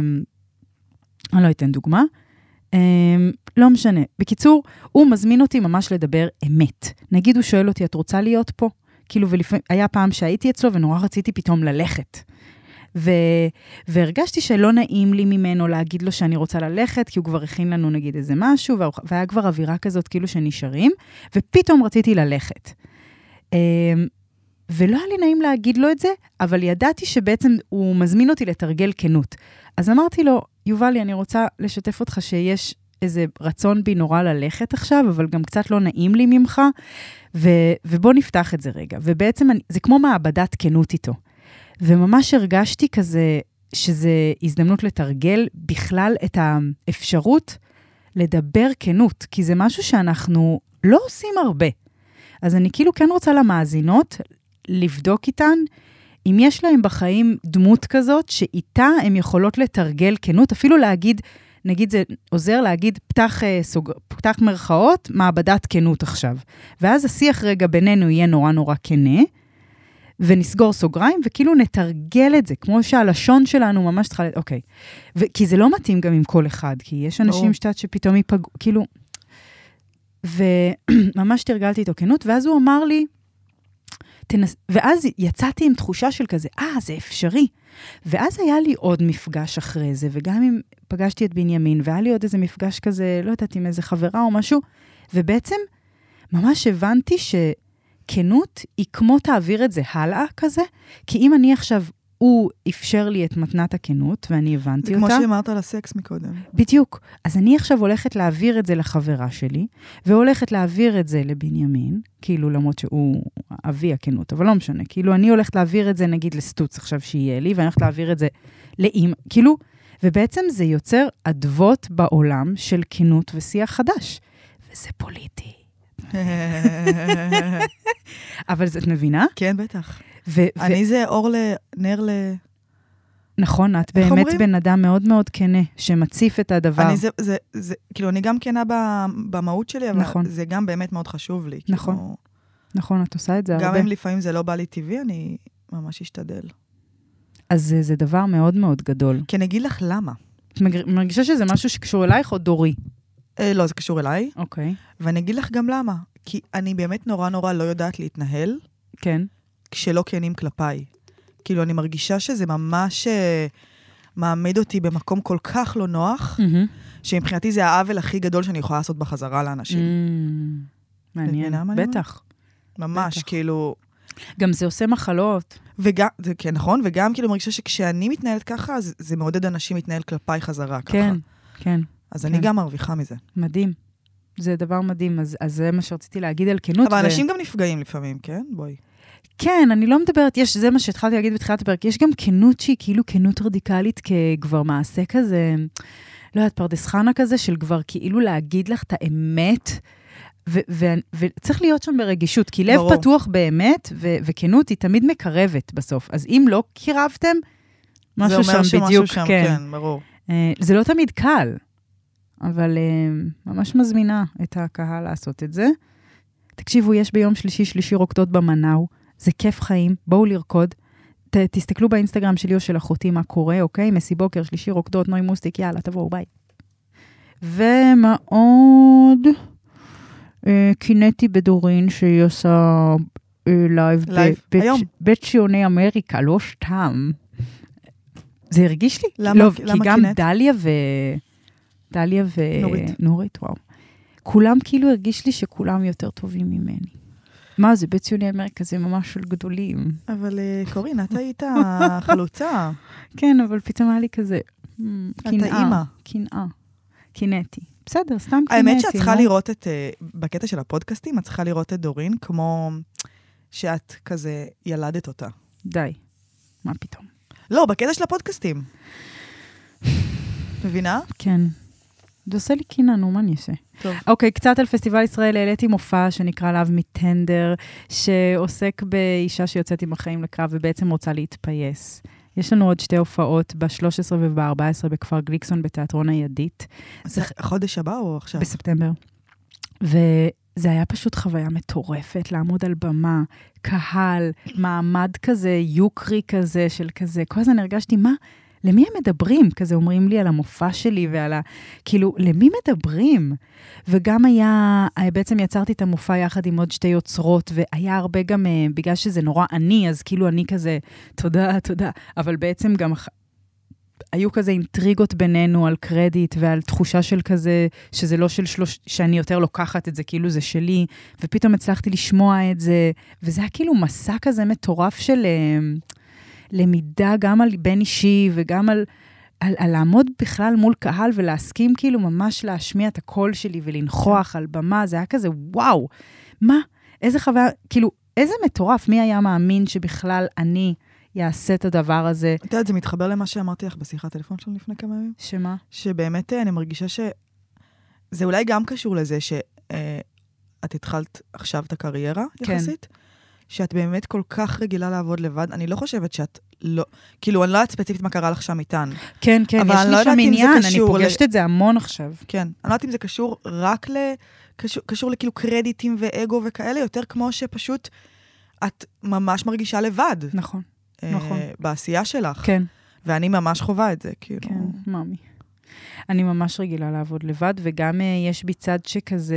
אני לא אתן דוגמה. Uh, לא משנה. בקיצור, הוא מזמין אותי ממש לדבר אמת. נגיד, הוא שואל אותי, את רוצה להיות פה? כאילו, ולפעמים, היה פעם שהייתי אצלו ונורא רציתי פתאום ללכת. ו... והרגשתי שלא נעים לי ממנו להגיד לו שאני רוצה ללכת, כי הוא כבר הכין לנו נגיד איזה משהו, והיה כבר אווירה כזאת כאילו שנשארים, ופתאום רציתי ללכת. Uh, ולא היה לי נעים להגיד לו את זה, אבל ידעתי שבעצם הוא מזמין אותי לתרגל כנות. אז אמרתי לו, יובלי, אני רוצה לשתף אותך שיש איזה רצון בי נורא ללכת עכשיו, אבל גם קצת לא נעים לי ממך, ו- ובוא נפתח את זה רגע. ובעצם אני, זה כמו מעבדת כנות איתו. וממש הרגשתי כזה, שזה הזדמנות לתרגל בכלל את האפשרות לדבר כנות, כי זה משהו שאנחנו לא עושים הרבה. אז אני כאילו כן רוצה למאזינות, לבדוק איתן, אם יש להם בחיים דמות כזאת, שאיתה הן יכולות לתרגל כנות, אפילו להגיד, נגיד זה עוזר להגיד, פתח, סוג, פתח מרכאות, מעבדת כנות עכשיו. ואז השיח רגע בינינו יהיה נורא נורא כנה, ונסגור סוגריים, וכאילו נתרגל את זה, כמו שהלשון שלנו ממש צריכה, אוקיי. ו- כי זה לא מתאים גם עם כל אחד, כי יש אנשים שתת שפתאום ייפגעו, כאילו, וממש תרגלתי איתו כנות, ואז הוא אמר לי, תנס... ואז יצאתי עם תחושה של כזה, אה, זה אפשרי. ואז היה לי עוד מפגש אחרי זה, וגם אם פגשתי את בנימין, והיה לי עוד איזה מפגש כזה, לא יודעת, עם איזה חברה או משהו, ובעצם ממש הבנתי שכנות היא כמו תעביר את זה הלאה כזה, כי אם אני עכשיו, הוא אפשר לי את מתנת הכנות, ואני הבנתי אותה. זה כמו שאמרת על הסקס מקודם. בדיוק. אז אני עכשיו הולכת להעביר את זה לחברה שלי, והולכת להעביר את זה לבנימין, כאילו למרות שהוא אבי הכנות, אבל לא משנה. כאילו אני הולכת להעביר את זה נגיד לסטוץ עכשיו שיהיה לי, ואני הולכת להעביר את זה לאמא. כאילו, ובעצם זה יוצר עדבות בעולם של כנות ושיח חדש. וזה פוליטי. אבל את מבינה? כן, בטח. ו- אני ו- זה אור לנר ל... נכון, את באמת בן אדם מאוד מאוד כנה, שמציף את הדבר. אני זה, זה, זה, כאילו, אני גם כנה במהות שלי, אבל נכון. זה גם באמת מאוד חשוב לי. נכון, כאילו, נכון, את עושה את זה גם הרבה. גם אם לפעמים זה לא בא לי טבעי, אני ממש אשתדל. אז זה, זה דבר מאוד מאוד גדול. כי אני אגיד לך למה. את מרגישה שזה משהו שקשור אלייך או דורי? אה, לא, זה קשור אליי. אוקיי. ואני אגיד לך גם למה. כי אני באמת נורא נורא לא יודעת להתנהל. כן. כשלא כנים כלפיי. כאילו, אני מרגישה שזה ממש מעמיד אותי במקום כל כך לא נוח, שמבחינתי זה העוול הכי גדול שאני יכולה לעשות בחזרה לאנשים. מעניין, בטח. ממש, כאילו... גם זה עושה מחלות. וגם, זה כן, נכון, וגם כאילו מרגישה שכשאני מתנהלת ככה, אז זה מעודד אנשים להתנהל כלפיי חזרה ככה. כן, כן. אז אני גם מרוויחה מזה. מדהים. זה דבר מדהים, אז זה מה שרציתי להגיד על כנות. אבל אנשים גם נפגעים לפעמים, כן? בואי. כן, אני לא מדברת, יש, זה מה שהתחלתי להגיד בתחילת הפרק, יש גם כנות שהיא כאילו כנות רדיקלית כגבר מעשה כזה, לא יודעת, פרדס חנה כזה, של כבר כאילו להגיד לך את האמת, וצריך להיות שם ברגישות, כי לב פתוח באמת, וכנות היא תמיד מקרבת בסוף. אז אם לא קירבתם, משהו שם בדיוק, כן. ברור. זה לא תמיד קל, אבל ממש מזמינה את הקהל לעשות את זה. תקשיבו, יש ביום שלישי, שלישי רוקדות במנאו, זה כיף חיים, בואו לרקוד. ת, תסתכלו באינסטגרם שלי או של אחותי מה קורה, אוקיי? מסי בוקר, שלישי רוקדות, נוי מוסטיק, יאללה, תבואו, ביי. ומה עוד? אה, קינאתי בדורין שהיא עושה אה, לייב, לייב, ב- היום. בית ציוני אמריקה, לא סתם. זה הרגיש לי? למה, לא, למה כי גם קינאת? דליה ו... דליה נורית. ונורית, וואו. כולם כאילו הרגיש לי שכולם יותר טובים ממני. מה זה, בית ציוני אמריקה זה ממש של גדולים. אבל קורין, את היית חלוצה. כן, אבל פתאום היה לי כזה, אתה אימא. קנאה. קינאתי. בסדר, סתם קינאתי. האמת שאת צריכה לראות את, בקטע של הפודקאסטים, את צריכה לראות את דורין, כמו שאת כזה ילדת אותה. די. מה פתאום? לא, בקטע של הפודקאסטים. מבינה? כן. זה עושה לי קינה, נו, מה אני אעשה? טוב. אוקיי, קצת על פסטיבל ישראל, העליתי מופע שנקרא לאב מטנדר, שעוסק באישה שיוצאת עם החיים לקרב ובעצם רוצה להתפייס. יש לנו עוד שתי הופעות, ב-שלוש עשרה וב-ארבע עשרה בכפר גליקסון בתיאטרון הידית. זה החודש הבא או עכשיו? בספטמבר. וזה היה פשוט חוויה מטורפת, לעמוד על במה, קהל, מעמד כזה, יוקרי כזה, של כזה. כל הזמן הרגשתי, מה? למי הם מדברים? כזה אומרים לי על המופע שלי ועל ה... כאילו, למי מדברים? וגם היה, בעצם יצרתי את המופע יחד עם עוד שתי יוצרות, והיה הרבה גם, בגלל שזה נורא עני, אז כאילו אני כזה, תודה, תודה. אבל בעצם גם היו כזה אינטריגות בינינו על קרדיט ועל תחושה של כזה, שזה לא של שלוש, שאני יותר לוקחת את זה, כאילו זה שלי, ופתאום הצלחתי לשמוע את זה, וזה היה כאילו מסע כזה מטורף של... למידה גם על בין אישי וגם על, על, על לעמוד בכלל מול קהל ולהסכים כאילו ממש להשמיע את הקול שלי ולנחוח על במה, זה היה כזה וואו, מה? איזה חוויה, כאילו איזה מטורף, מי היה מאמין שבכלל אני יעשה את הדבר הזה? אתה יודעת, זה מתחבר למה שאמרתי לך בשיחת טלפון שלנו לפני כמה ימים. שמה? שבאמת אני מרגישה שזה אולי גם קשור לזה שאת התחלת עכשיו את הקריירה יחסית. כן. שאת באמת כל כך רגילה לעבוד לבד, אני לא חושבת שאת לא, כאילו, אני לא יודעת ספציפית מה קרה לך שם איתן. כן, כן, יש לי שם עניין, אני פוגשת את זה המון עכשיו. כן, אני לא יודעת אם זה קשור רק ל... קשור, קשור לכאילו קרדיטים ואגו וכאלה, יותר כמו שפשוט את ממש מרגישה לבד. נכון, אה, נכון. בעשייה שלך. כן. ואני ממש חובה את זה, כאילו. כן, מאמי. אני ממש רגילה לעבוד לבד, וגם יש בי צד שכזה...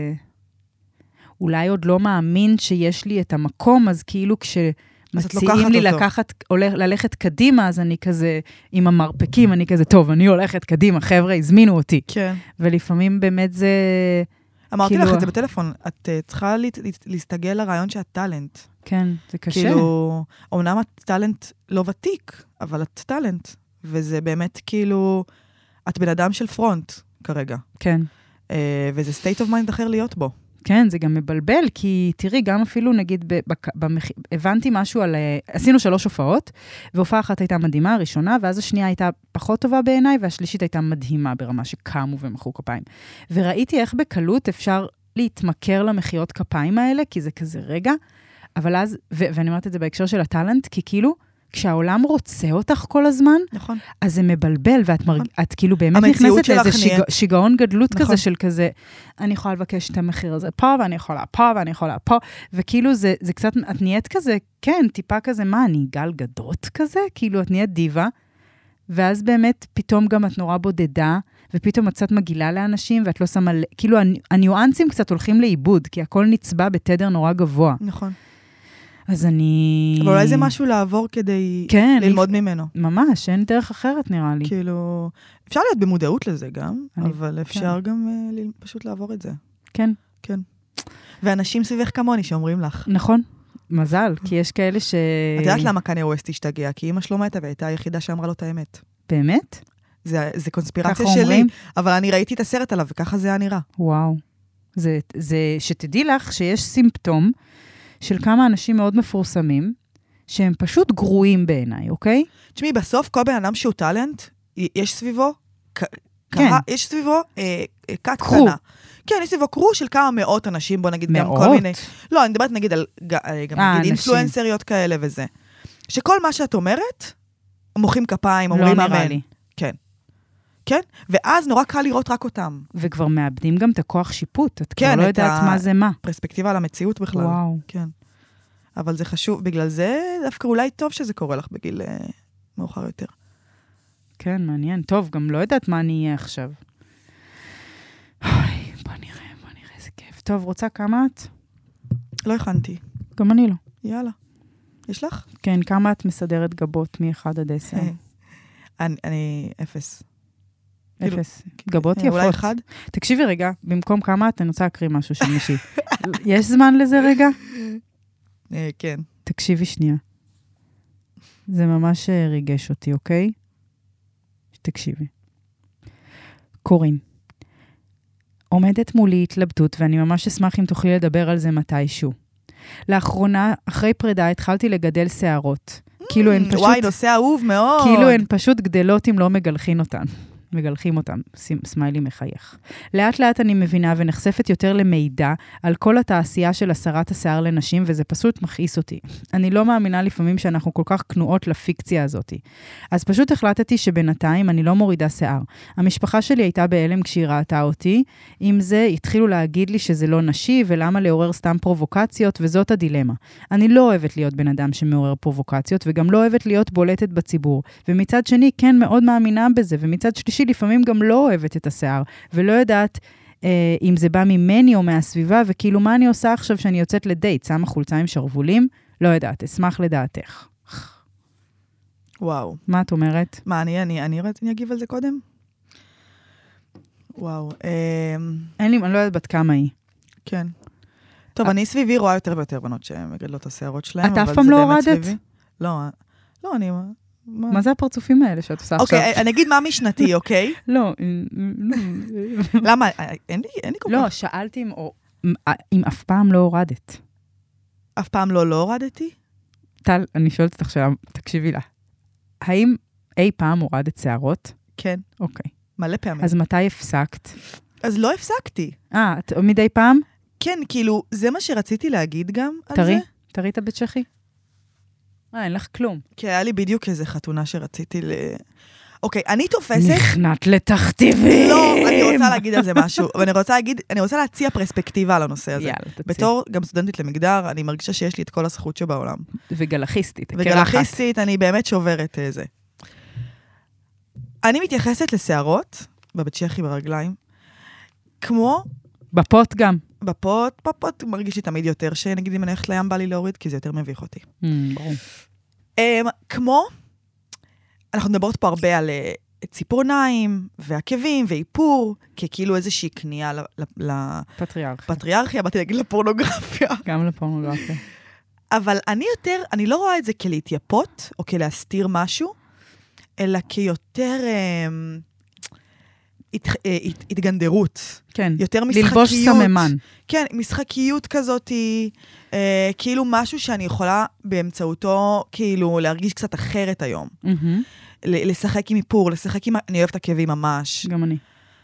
אולי עוד לא מאמין שיש לי את המקום, אז כאילו כשמציעים לי לקחת, ללכת קדימה, אז אני כזה, עם המרפקים, אני כזה, טוב, אני הולכת קדימה, חבר'ה, הזמינו אותי. כן. ולפעמים באמת זה... אמרתי לך את זה בטלפון, את צריכה להסתגל לרעיון שאת טלנט. כן, זה קשה. כאילו, אומנם את טלנט לא ותיק, אבל את טלנט, וזה באמת כאילו, את בן אדם של פרונט כרגע. כן. וזה state of mind אחר להיות בו. כן, זה גם מבלבל, כי תראי, גם אפילו נגיד, במח... הבנתי משהו על... עשינו שלוש הופעות, והופעה אחת הייתה מדהימה, הראשונה, ואז השנייה הייתה פחות טובה בעיניי, והשלישית הייתה מדהימה ברמה שקמו ומחאו כפיים. וראיתי איך בקלות אפשר להתמכר למחיאות כפיים האלה, כי זה כזה רגע, אבל אז, ו... ואני אומרת את זה בהקשר של הטלנט, כי כאילו, כשהעולם רוצה אותך כל הזמן, נכון. אז זה מבלבל, ואת נכון. מרג... את כאילו באמת נכנסת לאיזה שיג... שיגעון גדלות נכון. כזה, של כזה, אני יכולה לבקש את המחיר הזה פה, ואני יכולה פה, ואני יכולה פה, וכאילו זה, זה קצת, את נהיית כזה, כן, טיפה כזה, מה, אני גל גדות כזה? כאילו, את נהיית דיבה, ואז באמת, פתאום גם את נורא בודדה, ופתאום את קצת מגילה לאנשים, ואת לא שמה, כאילו, הניואנסים קצת הולכים לאיבוד, כי הכל נצבע בתדר נורא גבוה. נכון. אז אני... אבל אולי זה משהו לעבור כדי כן, ללמוד ממנו. ממש, אין דרך אחרת נראה לי. כאילו, אפשר להיות במודעות לזה גם, אני- אבל אפשר גם אה, ל- פשוט לעבור את זה. כן, כן. ואנשים סביבך כמוני שאומרים לך. נכון. מזל, כי יש כאלה ש... את יודעת למה קניה ווסט השתגע? כי אמא שלו מתה והייתה היחידה שאמרה לו את האמת. באמת? זה, זה קונספירציה ככה שלי, אומרים? אבל אני ראיתי את הסרט עליו, וככה זה היה נראה. וואו. זה, זה שתדעי לך שיש סימפטום של כמה אנשים מאוד מפורסמים, שהם פשוט גרועים בעיניי, אוקיי? תשמעי, בסוף כל בן אדם שהוא טלנט, יש סביבו, ק- כן. קהה- יש סביבו אה, אה, כת קרו. קטנה. כן, יש סביבו קרו של כמה מאות אנשים, בוא נגיד גם כל מאות? מיני... לא, אני מדברת נגיד על ג- אה, גם אה, נגיד אנשים. אינפלואנסריות כאלה וזה. שכל מה שאת אומרת, מוחאים כפיים, לא אומרים נראה אמן. לי. כן. כן? ואז נורא קל לראות רק אותם. וכבר מאבדים גם את הכוח שיפוט. את כן, כבר לא את יודעת ה- מה זה מה. פרספקטיבה על המציאות בכלל. וואו. כן. אבל זה חשוב, בגלל זה דווקא אולי טוב שזה קורה לך בגיל אה, מאוחר יותר. כן, מעניין. טוב, גם לא יודעת מה אני אהיה עכשיו. אוי, בוא נראה, בוא נראה, איזה כיף. טוב, רוצה כמה את? לא הכנתי. גם אני לא. יאללה. יש לך? כן, כמה את מסדרת גבות מ-אחד עד עשר? אני, אני אפס. כאילו, אפס. גבות אה, יפות. אולי אחד? תקשיבי רגע, במקום כמה את, אני רוצה להקריא משהו של מישהי. יש זמן לזה רגע? אה, כן. תקשיבי שנייה. זה ממש אה, ריגש אותי, אוקיי? תקשיבי. קורין. עומדת מולי התלבטות, ואני ממש אשמח אם תוכלי לדבר על זה מתישהו. לאחרונה, אחרי פרידה, התחלתי לגדל שערות. כאילו הן פשוט... וואי, נושא אהוב מאוד. כאילו הן פשוט גדלות אם לא מגלחים אותן. מגלחים אותם, סמיילי מחייך. לאט לאט אני מבינה ונחשפת יותר למידע על כל התעשייה של הסרת השיער לנשים, וזה פשוט מכעיס אותי. אני לא מאמינה לפעמים שאנחנו כל כך כנועות לפיקציה הזאת. אז פשוט החלטתי שבינתיים אני לא מורידה שיער. המשפחה שלי הייתה בהלם כשהיא ראתה אותי, עם זה התחילו להגיד לי שזה לא נשי, ולמה לעורר סתם פרובוקציות, וזאת הדילמה. אני לא אוהבת להיות בן אדם שמעורר פרובוקציות, וגם לא אוהבת להיות בולטת בציבור. ומצד שני, כן מאוד מאמינה בזה, ומצד שלישי, לפעמים גם לא אוהבת את השיער, ולא יודעת אה, אם זה בא ממני או מהסביבה, וכאילו מה אני עושה עכשיו שאני יוצאת לדייט, שמה חולצה עם שרבולים? לא יודעת, אשמח לדעתך. וואו. מה את אומרת? מה, אני, אני, אני, אני, אני אגיב על זה קודם? וואו. אה, אין לי, אני לא יודעת בת כמה היא. כן. טוב, אני סביבי רואה יותר ויותר בנות שמגדלות את השערות שלהם. את אף פעם לא הורדת? לא, לא, אני... מה זה הפרצופים האלה שאת עושה עכשיו? אוקיי, אני אגיד מה משנתי, אוקיי? לא. למה? אין לי כל כך... לא, שאלתי אם אף פעם לא הורדת. אף פעם לא לא הורדתי? טל, אני שואלת אותך שאלה, תקשיבי לה. האם אי פעם הורדת שערות? כן. אוקיי. מלא פעמים. אז מתי הפסקת? אז לא הפסקתי. אה, את מדי פעם? כן, כאילו, זה מה שרציתי להגיד גם על זה. תראי, תראי את הבית צ'כי. אה, אין לך כלום. כי היה לי בדיוק איזו חתונה שרציתי ל... אוקיי, אני תופסת... נכנעת לתכתיבים. לא, אני רוצה להגיד על זה משהו, ואני רוצה להגיד, אני רוצה להציע פרספקטיבה על הנושא הזה. יאללה, תציע. בתור גם סטודנטית למגדר, אני מרגישה שיש לי את כל הזכות שבעולם. וגלחיסטית. וגלחיסטית, אני באמת שוברת זה. אני מתייחסת לשערות, בבית צ'כי ברגליים, כמו... בפות גם. בפות, בפות מרגיש לי תמיד יותר, שנגיד אם אני הולכת לים בא לי להוריד, כי זה יותר מביך אותי. ברור. כמו, אנחנו מדברות פה הרבה על ציפורניים, ועקבים, ואיפור, ככאילו איזושהי קנייה פטריארכיה. לפטריארכיה, באתי להגיד לפורנוגרפיה. גם לפורנוגרפיה. אבל אני יותר, אני לא רואה את זה כלהתייפות, או כלהסתיר משהו, אלא כיותר הת, הת, התגנדרות. כן. יותר משחקיות. ללבוש סממן. כן, משחקיות כזאת, אה, כאילו משהו שאני יכולה באמצעותו, כאילו להרגיש קצת אחרת היום. Mm-hmm. לשחק עם איפור, לשחק עם... אני אוהבת עקבים ממש. גם אני.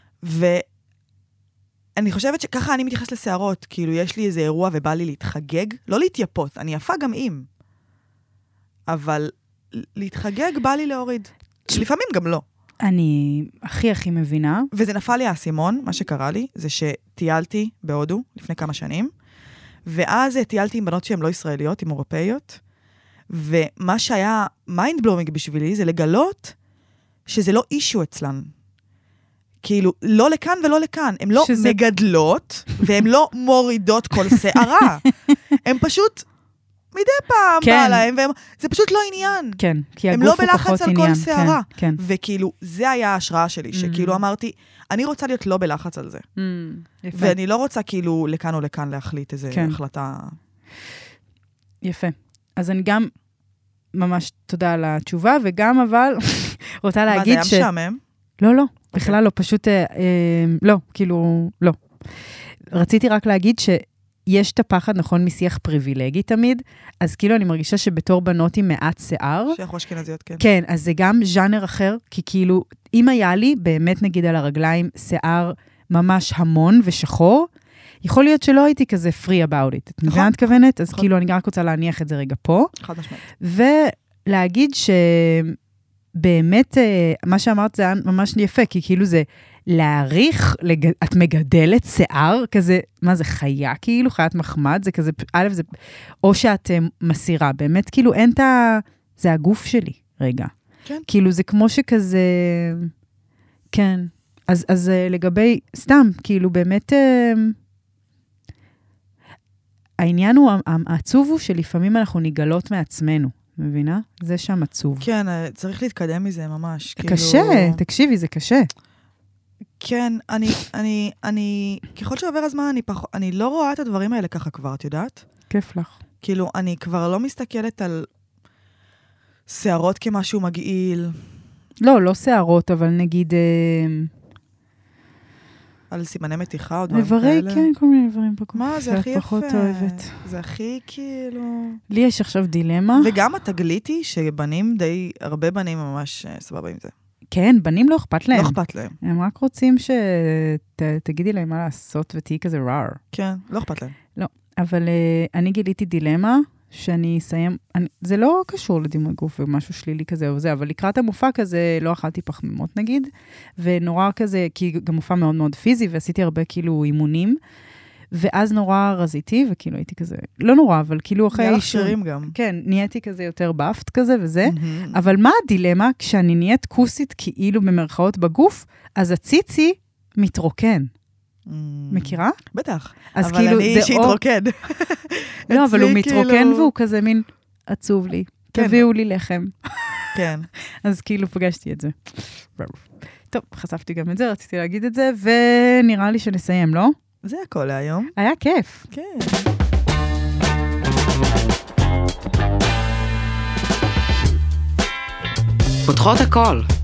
ואני חושבת שככה אני מתייחס לשערות, כאילו יש לי איזה אירוע ובא לי להתחגג, לא להתייפות, אני יפה גם עם. אבל להתחגג בא לי להוריד. לפעמים גם לא. אני הכי הכי מבינה. וזה נפל לי האסימון, מה שקרה לי, זה שטיילתי בהודו לפני כמה שנים, ואז טיילתי עם בנות שהן לא ישראליות, עם אירופאיות, ומה שהיה מיינד בלומינג בשבילי, זה לגלות שזה לא אישו אצלן. כאילו, לא לכאן ולא לכאן. הן לא שזה... מגדלות, והן לא מורידות כל שערה. הן פשוט מדי פעם כן. בא להם, והם, זה פשוט לא עניין. כן, כי הם הגוף לא הוא פחות בלחץ על עניין. כל שערה. כן, כן. וכאילו, זה היה ההשראה שלי, שכאילו אמרתי, אני רוצה להיות לא בלחץ על זה. Mm, יפה. ואני לא רוצה כאילו לכאן או לכאן להחליט איזו כן. החלטה. יפה. אז אני גם ממש תודה על התשובה, וגם אבל רוצה להגיד ש... מה, זה היה משעמם? לא, לא, בכלל לא, פשוט, אה, אה, לא, כאילו, לא. רציתי רק להגיד שיש את הפחד, נכון, משיח פריבילגי תמיד, אז כאילו אני מרגישה שבתור בנות עם מעט שיער, שאנחנו אשכנזיות, כן. כן, אז זה גם ז'אנר אחר, כי כאילו, אם היה לי, באמת נגיד על הרגליים, שיער ממש המון ושחור, יכול להיות שלא הייתי כזה free about it. את מבינה את כוונת? אז כאילו, אני רק רוצה להניח את זה רגע פה. חד משמעית. ולהגיד שבאמת, מה שאמרת זה היה ממש יפה, כי כאילו זה להעריך, את מגדלת שיער, כזה, מה זה, חיה כאילו, חיית מחמד, זה כזה, א', זה, או שאת מסירה, באמת, כאילו, אין את ה... זה הגוף שלי, רגע. כן. כאילו, זה כמו שכזה... כן. אז, אז לגבי, סתם, כאילו, באמת... העניין הוא, העצוב הוא שלפעמים אנחנו ניגלות מעצמנו, מבינה? זה שם עצוב. כן, צריך להתקדם מזה ממש. קשה, כאילו... תקשיבי, זה קשה. כן, אני, אני, אני, ככל שעובר הזמן, אני, פח... אני לא רואה את הדברים האלה ככה כבר, את יודעת? כיף לך. כאילו, אני כבר לא מסתכלת על שערות כמשהו מגעיל. לא, לא שערות, אבל נגיד... על סימני מתיחה או דברים מברי, כאלה. כן, כל מיני דברים בגוף. מה, זה הכי יפה. פחות אוהבת. זה הכי כאילו... לי יש עכשיו דילמה. וגם התגלית היא שבנים די, הרבה בנים ממש סבבה עם זה. כן, בנים לא אכפת להם. לא אכפת להם. הם רק רוצים שתגידי להם מה לעשות ותהי כזה רער. כן, לא אכפת להם. לא, אבל אני גיליתי דילמה שאני אסיים, אני, זה לא קשור לדימוי גוף ומשהו שלילי כזה או זה, אבל לקראת המופע כזה לא אכלתי פחמימות נגיד, ונורא כזה, כי גם מופע מאוד מאוד פיזי, ועשיתי הרבה כאילו אימונים, ואז נורא רזיתי, וכאילו הייתי כזה, לא נורא, אבל כאילו אחרי... נהיה לך שרירים גם. כן, נהייתי כזה יותר באפט כזה וזה, אבל מה הדילמה? כשאני נהיית כוסית כאילו במרכאות בגוף, אז הציצי מתרוקן. מכירה? בטח. אז אבל כאילו, אני שהתרוקן. לא, אבל הוא מתרוקן והוא כזה מין עצוב לי. תביאו לי לחם. כן. אז כאילו פגשתי את זה. טוב, חשפתי גם את זה, רציתי להגיד את זה, ונראה לי שנסיים, לא? זה הכל להיום. היה כיף. כן. פותחות הכל.